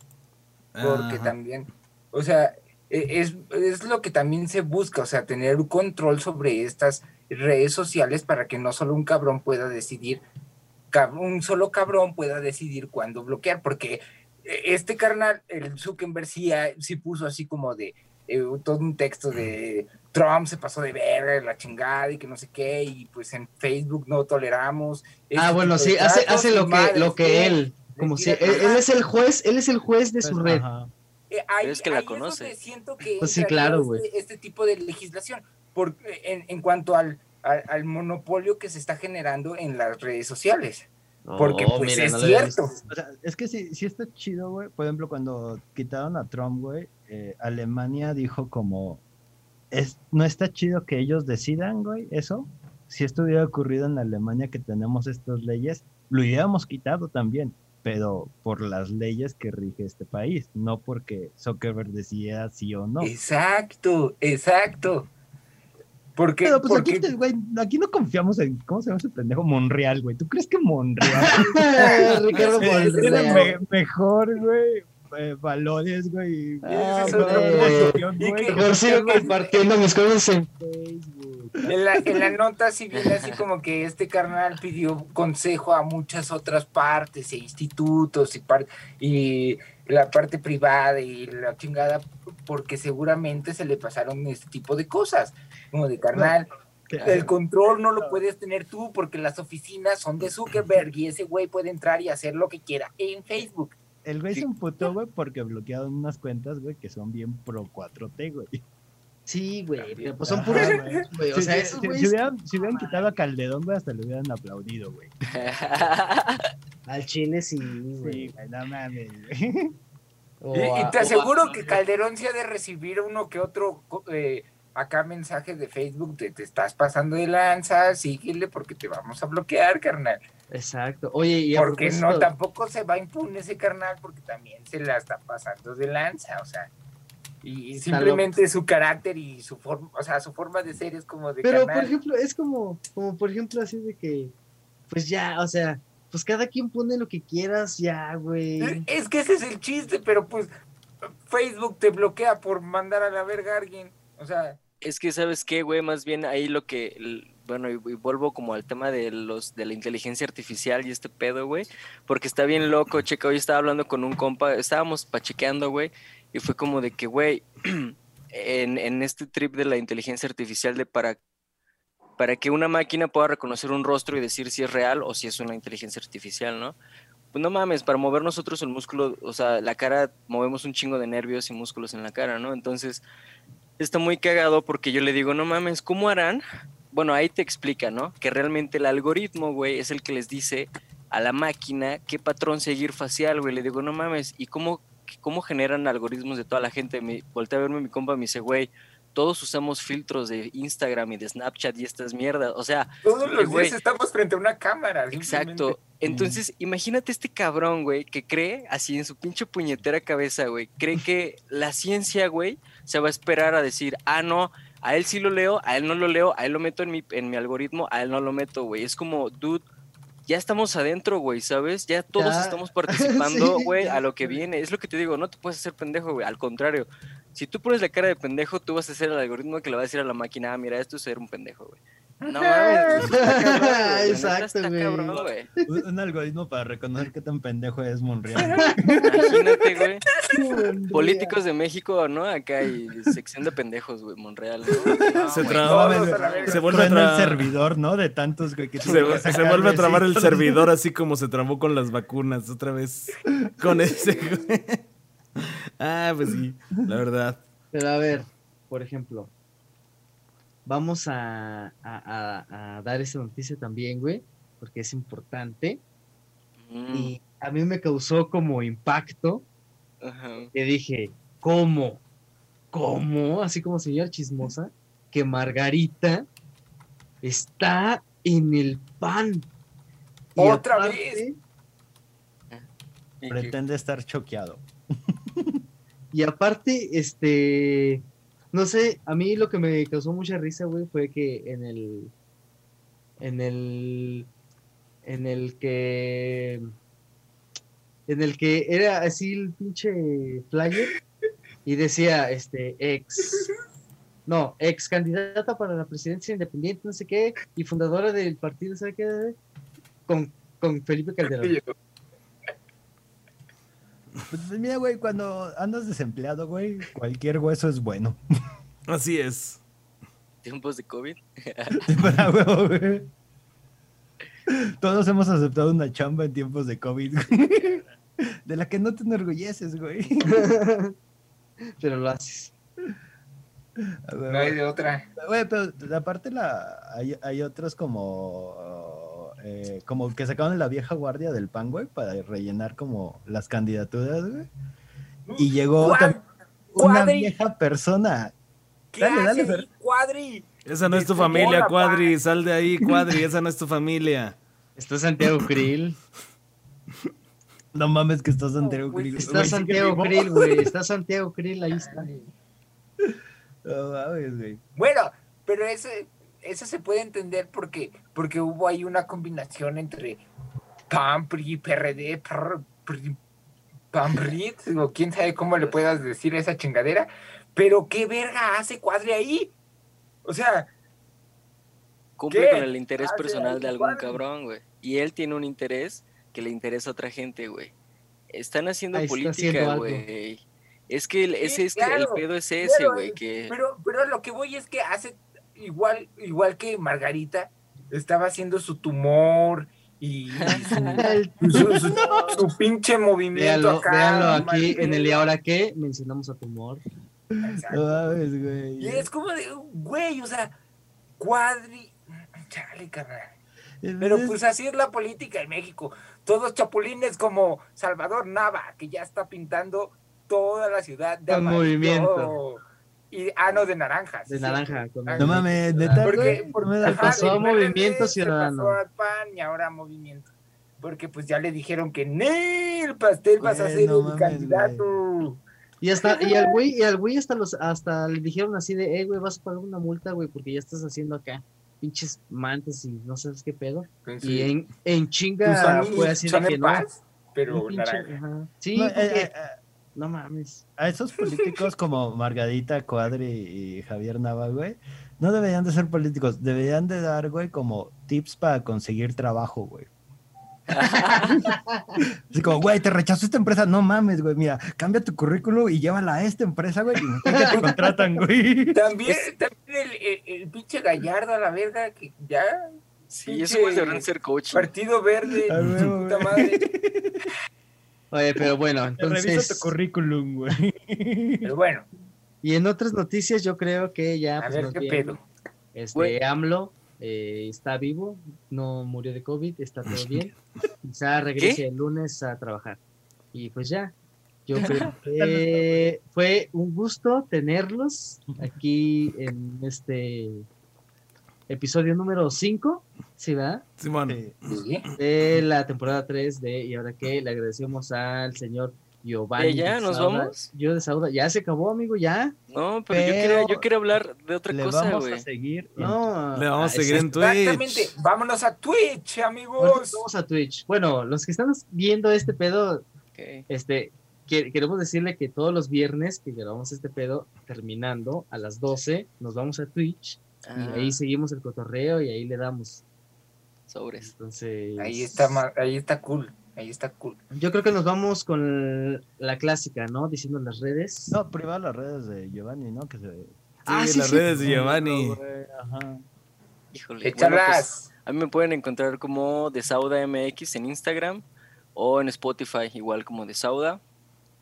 Porque Ajá. también, o sea, e- es, es lo que también se busca, o sea, tener un control sobre estas redes sociales para que no solo un cabrón pueda decidir, cab- un solo cabrón pueda decidir cuándo bloquear, porque este carnal, el Zuckerberg sí, ha- sí puso así como de eh, todo un texto de Trump se pasó de verga, la chingada y que no sé qué, y pues en Facebook no toleramos. Ah, este bueno, tipo de sí, hace, tratos hace y lo que, madres, lo que ¿qué? él, como si, él, Mentira, él ajá. es el juez, él es el juez de su Pues, red. ajá. Eh, ahí- Pero es que la ahí conoce. donde siento que Pues sí, entra claro, todo güey. este, este tipo de legislación, porque en, en cuanto al, al, al monopolio que se está generando en las redes sociales. Porque Oh, pues mira, es no lo había cierto. visto. O sea, es que sí, sí está chido, güey. Por ejemplo, cuando quitaron a Trump, güey, eh, Alemania dijo como, es, no está chido que ellos decidan, güey, eso. Si esto hubiera ocurrido en Alemania que tenemos estas leyes, lo hubiéramos quitado también, pero por las leyes que rige este país, no porque Zuckerberg decidiera sí o no. Exacto, exacto. Porque, Pero pues porque aquí, te- güey, aquí no confiamos en, ¿cómo se llama ese pendejo? Monreal, güey. ¿Tú crees que Monreal Ricardo tiene Monreal. me- mejor, güey, eh, valores, güey? Ah, ese es otro güey. punto. Y que- Mejor sigo compartiendo mis cosas en Facebook. En la, en la nota sí viene así como que este carnal pidió consejo a muchas otras partes e institutos y, par- y la parte privada y la chingada, porque seguramente se le pasaron este tipo de cosas, como de carnal. El control no lo puedes tener tú porque las oficinas son de Zuckerberg y ese güey puede entrar y hacer lo que quiera en Facebook. El güey se emputó, güey, porque bloquearon unas cuentas, güey, que son bien pro cuatro T, güey. Sí, güey, pero pues son Ajá, puros, güey. güey. O Si- sea, si- esos si- güeyes si hubieran, si hubieran quitado a Calderón, güey, hasta le hubieran aplaudido, güey. al chile sí, Sí, güey. güey, no mames, güey. O Y, y a- te o a- aseguro que Calderón sí ha de recibir uno que otro eh, acá mensaje de Facebook de te estás pasando de lanza, síguele porque te vamos a bloquear, carnal. Exacto. Oye, y a Porque no, propósito- tampoco se va a impune ese carnal porque también se la está pasando de lanza, o sea. Y, y simplemente su carácter y su forma, o sea, su forma de ser es como de Pero, por carnal. ejemplo, es como, como por ejemplo, así de que, pues ya, o sea, pues cada quien pone lo que quieras, ya, güey. Es que ese es el chiste, pero pues Facebook te bloquea por mandar a la verga a alguien. O sea, Es que, ¿sabes qué, güey? Más bien ahí lo que, el- bueno, y, y vuelvo como al tema de los de la inteligencia artificial y este pedo, güey, porque está bien loco, checa, hoy estaba hablando con un compa, estábamos pachequeando, güey, y fue como de que, güey, en, en este trip de la inteligencia artificial de para, para que una máquina pueda reconocer un rostro y decir si es real o si es una inteligencia artificial, ¿no? Pues no mames, para mover nosotros el músculo, o sea, la cara, movemos un chingo de nervios y músculos en la cara, ¿no? Entonces, está muy cagado porque yo le digo, no mames, ¿cómo harán? Bueno, ahí te explica, ¿no? Que realmente el algoritmo, güey, es el que les dice a la máquina qué patrón seguir facial, güey. Le digo, no mames, ¿y cómo, cómo generan algoritmos de toda la gente? Me volteé a verme mi compa y me dice, güey, todos usamos filtros de Instagram y de Snapchat y estas mierdas. O sea, todos los güey, días estamos frente a una cámara. exacto. simplemente. Entonces, imagínate este cabrón, güey, que cree, así en su pinche puñetera cabeza, güey, cree que la ciencia, güey, se va a esperar a decir, ah, no, a él sí lo leo, a él no lo leo, a él lo meto en mi, en mi algoritmo, a él no lo meto, güey. Es como, dude, ya estamos adentro, güey, ¿sabes? Ya todos Ya. estamos participando, Sí, güey, ya a lo que estoy. viene. Es lo que te digo, no te puedes hacer pendejo, güey. Al contrario, si tú pones la cara de pendejo, tú vas a hacer el algoritmo que le va a decir a la máquina, ah, mira, esto es ser un pendejo, güey. No mames, está cabrón, güey. La neta Exacto, está güey. cabrón, güey. Un, un algoritmo para reconocer qué tan pendejo es Monreal. Imagínate, güey. Monreal. Políticos de México, ¿no? Acá hay sección de pendejos, güey, Monreal, ¿no? No, Se güey. traba, todos a la verga. se vuelve a Truena el tra- servidor, ¿no? De tantos, güey, que Se, tuvo que se sacar vuelve a trabar el recitos. servidor así como se trabó con las vacunas otra vez con ese, güey. Ah, pues sí, la verdad. Pero a ver, por ejemplo, vamos a, a, a, a dar esa noticia también, güey, porque es importante. Mm, Y a mí me causó como impacto ajá. que dije, ¿cómo? ¿Cómo? Así como señora chismosa, que Margarita está en el pan. Y ¡Otra aparte, vez! Y que- Pretende estar choqueado. Y aparte, este, no sé, a mí lo que me causó mucha risa, güey, fue que en el, en el, en el que, en el que era así el pinche flyer y decía, este, ex, no, ex candidata para la presidencia independiente, no sé qué, y fundadora del partido, ¿sabe qué? Con, con Felipe Calderón. Pues mira, güey, cuando andas desempleado, güey, cualquier hueso es bueno. Así es. Tiempos de COVID. Sí, para huevo, güey. Todos hemos aceptado una chamba en tiempos de COVID, güey. De la que no te enorgulleces, güey. Pero lo haces. A huevo. No hay de otra. Güey, pero aparte la, hay, hay otros como eh, como que sacaron la vieja guardia del PAN, güey, para rellenar como las candidaturas, güey. Y llegó Cuad- también una Cuadri, vieja persona. ¿qué Dale, hace dale, ahí, Fer. Cuadri? Esa no es tu Destruyó familia, la Cuadri. paz. Sal de ahí, Cuadri. Esa no es tu familia. Está Santiago Krill. No mames que estás Santiago güey, Krill. Está Güey, sigue Santiago vivo. Krill, güey. Está Santiago Krill, ahí está. No mames, güey. Bueno, pero eso, eso se puede entender porque, porque hubo ahí una combinación entre P A N, P R I, P R D, P R, P R I, P A N, P R I, o quién sabe cómo le puedas decir a esa chingadera. Pero ¿qué verga hace Cuadri ahí? O sea, Cumple ¿Qué? con el interés Hace personal ahí, de algún Cuadri. cabrón, güey. Y él tiene un interés que le interesa a otra gente, güey. Están haciendo Ahí está política, haciendo algo. güey. Es que el, Sí, ese es que el claro, pedo es ese, pero, güey, que pero, pero lo que voy es que hace igual, igual que Margarita, estaba haciendo su tumor y, y su, El- su, su- su pinche movimiento Véanlo, acá. véanlo aquí mal en el pedo. ¿y ahora qué? Mencionamos a Tumor. Exacto. No mames, güey. Y es como de, güey, o sea, Cuadri. Chale, carnal. Pero Es- pues así es la política en México. Todos chapulines como Salvador Nava, que ya está pintando toda la ciudad de Con amarillo. movimiento. Y, ah, no, de naranja. De sí, naranja. cierto. Con Ah, No movimiento. mames, neta, Porque, güey. porque No me- Se ajá, pasó del a Movimiento P R D Ciudadano. Se pasó a P A N y ahora a Movimiento. Porque pues ya le dijeron que ¡nee! El pastel vas a Güey, ser no el mames, candidato. Y hasta, y al güey, y al güey hasta los, hasta le dijeron así de, eh, güey, vas a pagar una multa, güey, porque ya estás haciendo acá pinches mantas y no sabes qué pedo. Y en, en chinga Pues son, fue así de son que en no. paz, pero un pinche- naranja. ajá. Sí, No, eh, porque- eh, eh, no mames. a esos políticos como Margarita, Cuadri y Javier Nava, güey, no deberían de ser políticos, deberían de dar, güey, como tips para conseguir trabajo, güey. Así como, güey, te rechazó esta empresa, no mames, güey, mira, cambia tu currículum y llévala a esta empresa, güey, y mejor que te contratan, güey. También, también el, el, el pinche Gallardo a la verga, que ya. sí, esos güeyes deberían ser coaching. Partido Verde, A huevo, puta güey. madre. Oye, pero bueno, Te revisa tu entonces, currículum, güey. Pero bueno, y en otras noticias yo creo que ya, a pues, ver más qué bien, pedo. este, Güey. AMLO eh, está vivo, no murió de COVID, está todo bien, quizá regrese el lunes a trabajar. Y pues ya, yo creo que fue un gusto tenerlos aquí en este episodio número cinco, ¿sí va? Simón. Sí. Sí. De la temporada tres de Y ahora qué, le agradecemos al señor Giovanni. ¿Eh, ya? de ¿Nos Sauda. vamos? Yo de Sauda, ya se acabó, amigo, ya. No, pero, yo, Pero quería, yo quería hablar de otra Le cosa, vamos güey. a seguir. en- No, Le vamos a ah, seguir en Exactamente. Twitch. Vámonos a Twitch, Ahorita amigos. vamos a Twitch. Bueno, los que están viendo este pedo, Ok. este, que- queremos decirle que todos los viernes que grabamos este pedo, terminando a las doce, nos vamos a Twitch Ah, y ahí seguimos el cotorreo y ahí le damos. sobres. Entonces, Ahí está, ma- ahí está cool. Ahí está cool. yo creo que nos vamos con la clásica, ¿no? Diciendo las redes. No, primero las redes de Giovanni, ¿no? Que se... Ah, Sí, sí, las sí. redes de Giovanni. Güey, ajá. Híjole. Bueno, Échalas. pues, a mí me pueden encontrar como de Sauda M X en Instagram o en Spotify, igual como de Sauda.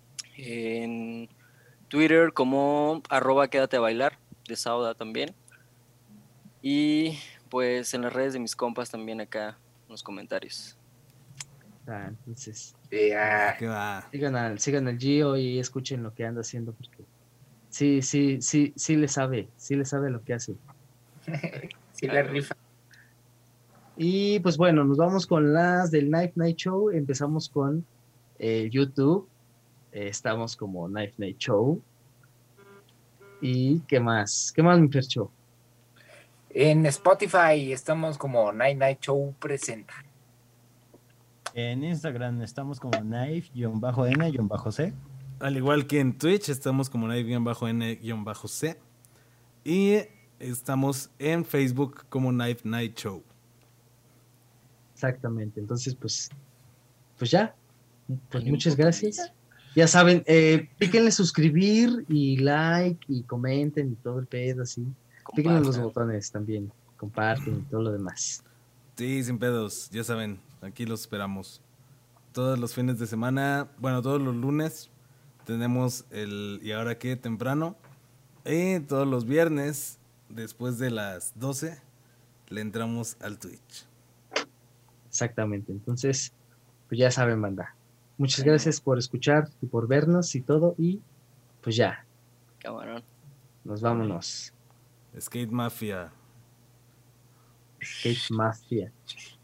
En Twitter como arroba quédate a bailar, de Sauda también. Y pues en las redes de mis compas también acá en los comentarios. Ah, entonces, Ya. ¿Qué va? sigan al, sigan al Gio y escuchen lo que anda haciendo porque sí, sí, sí, sí le sabe, sí le sabe lo que hace. Sí, la rifa. Y pues bueno, nos vamos con las del Knife Night Show. Empezamos con eh, YouTube. Eh, estamos como Knife Night Show. ¿Y qué más? ¿Qué más, mi Fercho? En Spotify estamos como Night Night Show presenta. En Instagram estamos como knife-n-c. Al igual que en Twitch, estamos como knife-n-c. Y estamos en Facebook como Knife Night Show. Exactamente. Entonces, pues, pues ya. Pues Dale un muchas poco gracias. más. Ya saben, eh, píquenle suscribir y like y comenten y todo el pedo así. Píquenle los Compartan. botones también. Comparten y todo lo demás. Sí, sin pedos, ya saben, aquí los esperamos. Todos los fines de semana, bueno, todos los lunes tenemos el ¿y ahora qué? Temprano. Y todos los viernes, después de las doce, le entramos al Twitch. Exactamente. Entonces, pues ya saben, banda. Muchas Bueno. gracias por escuchar y por vernos y todo. Y pues ya, Camarón. nos vámonos. Skate Mafia. Skate Mafia.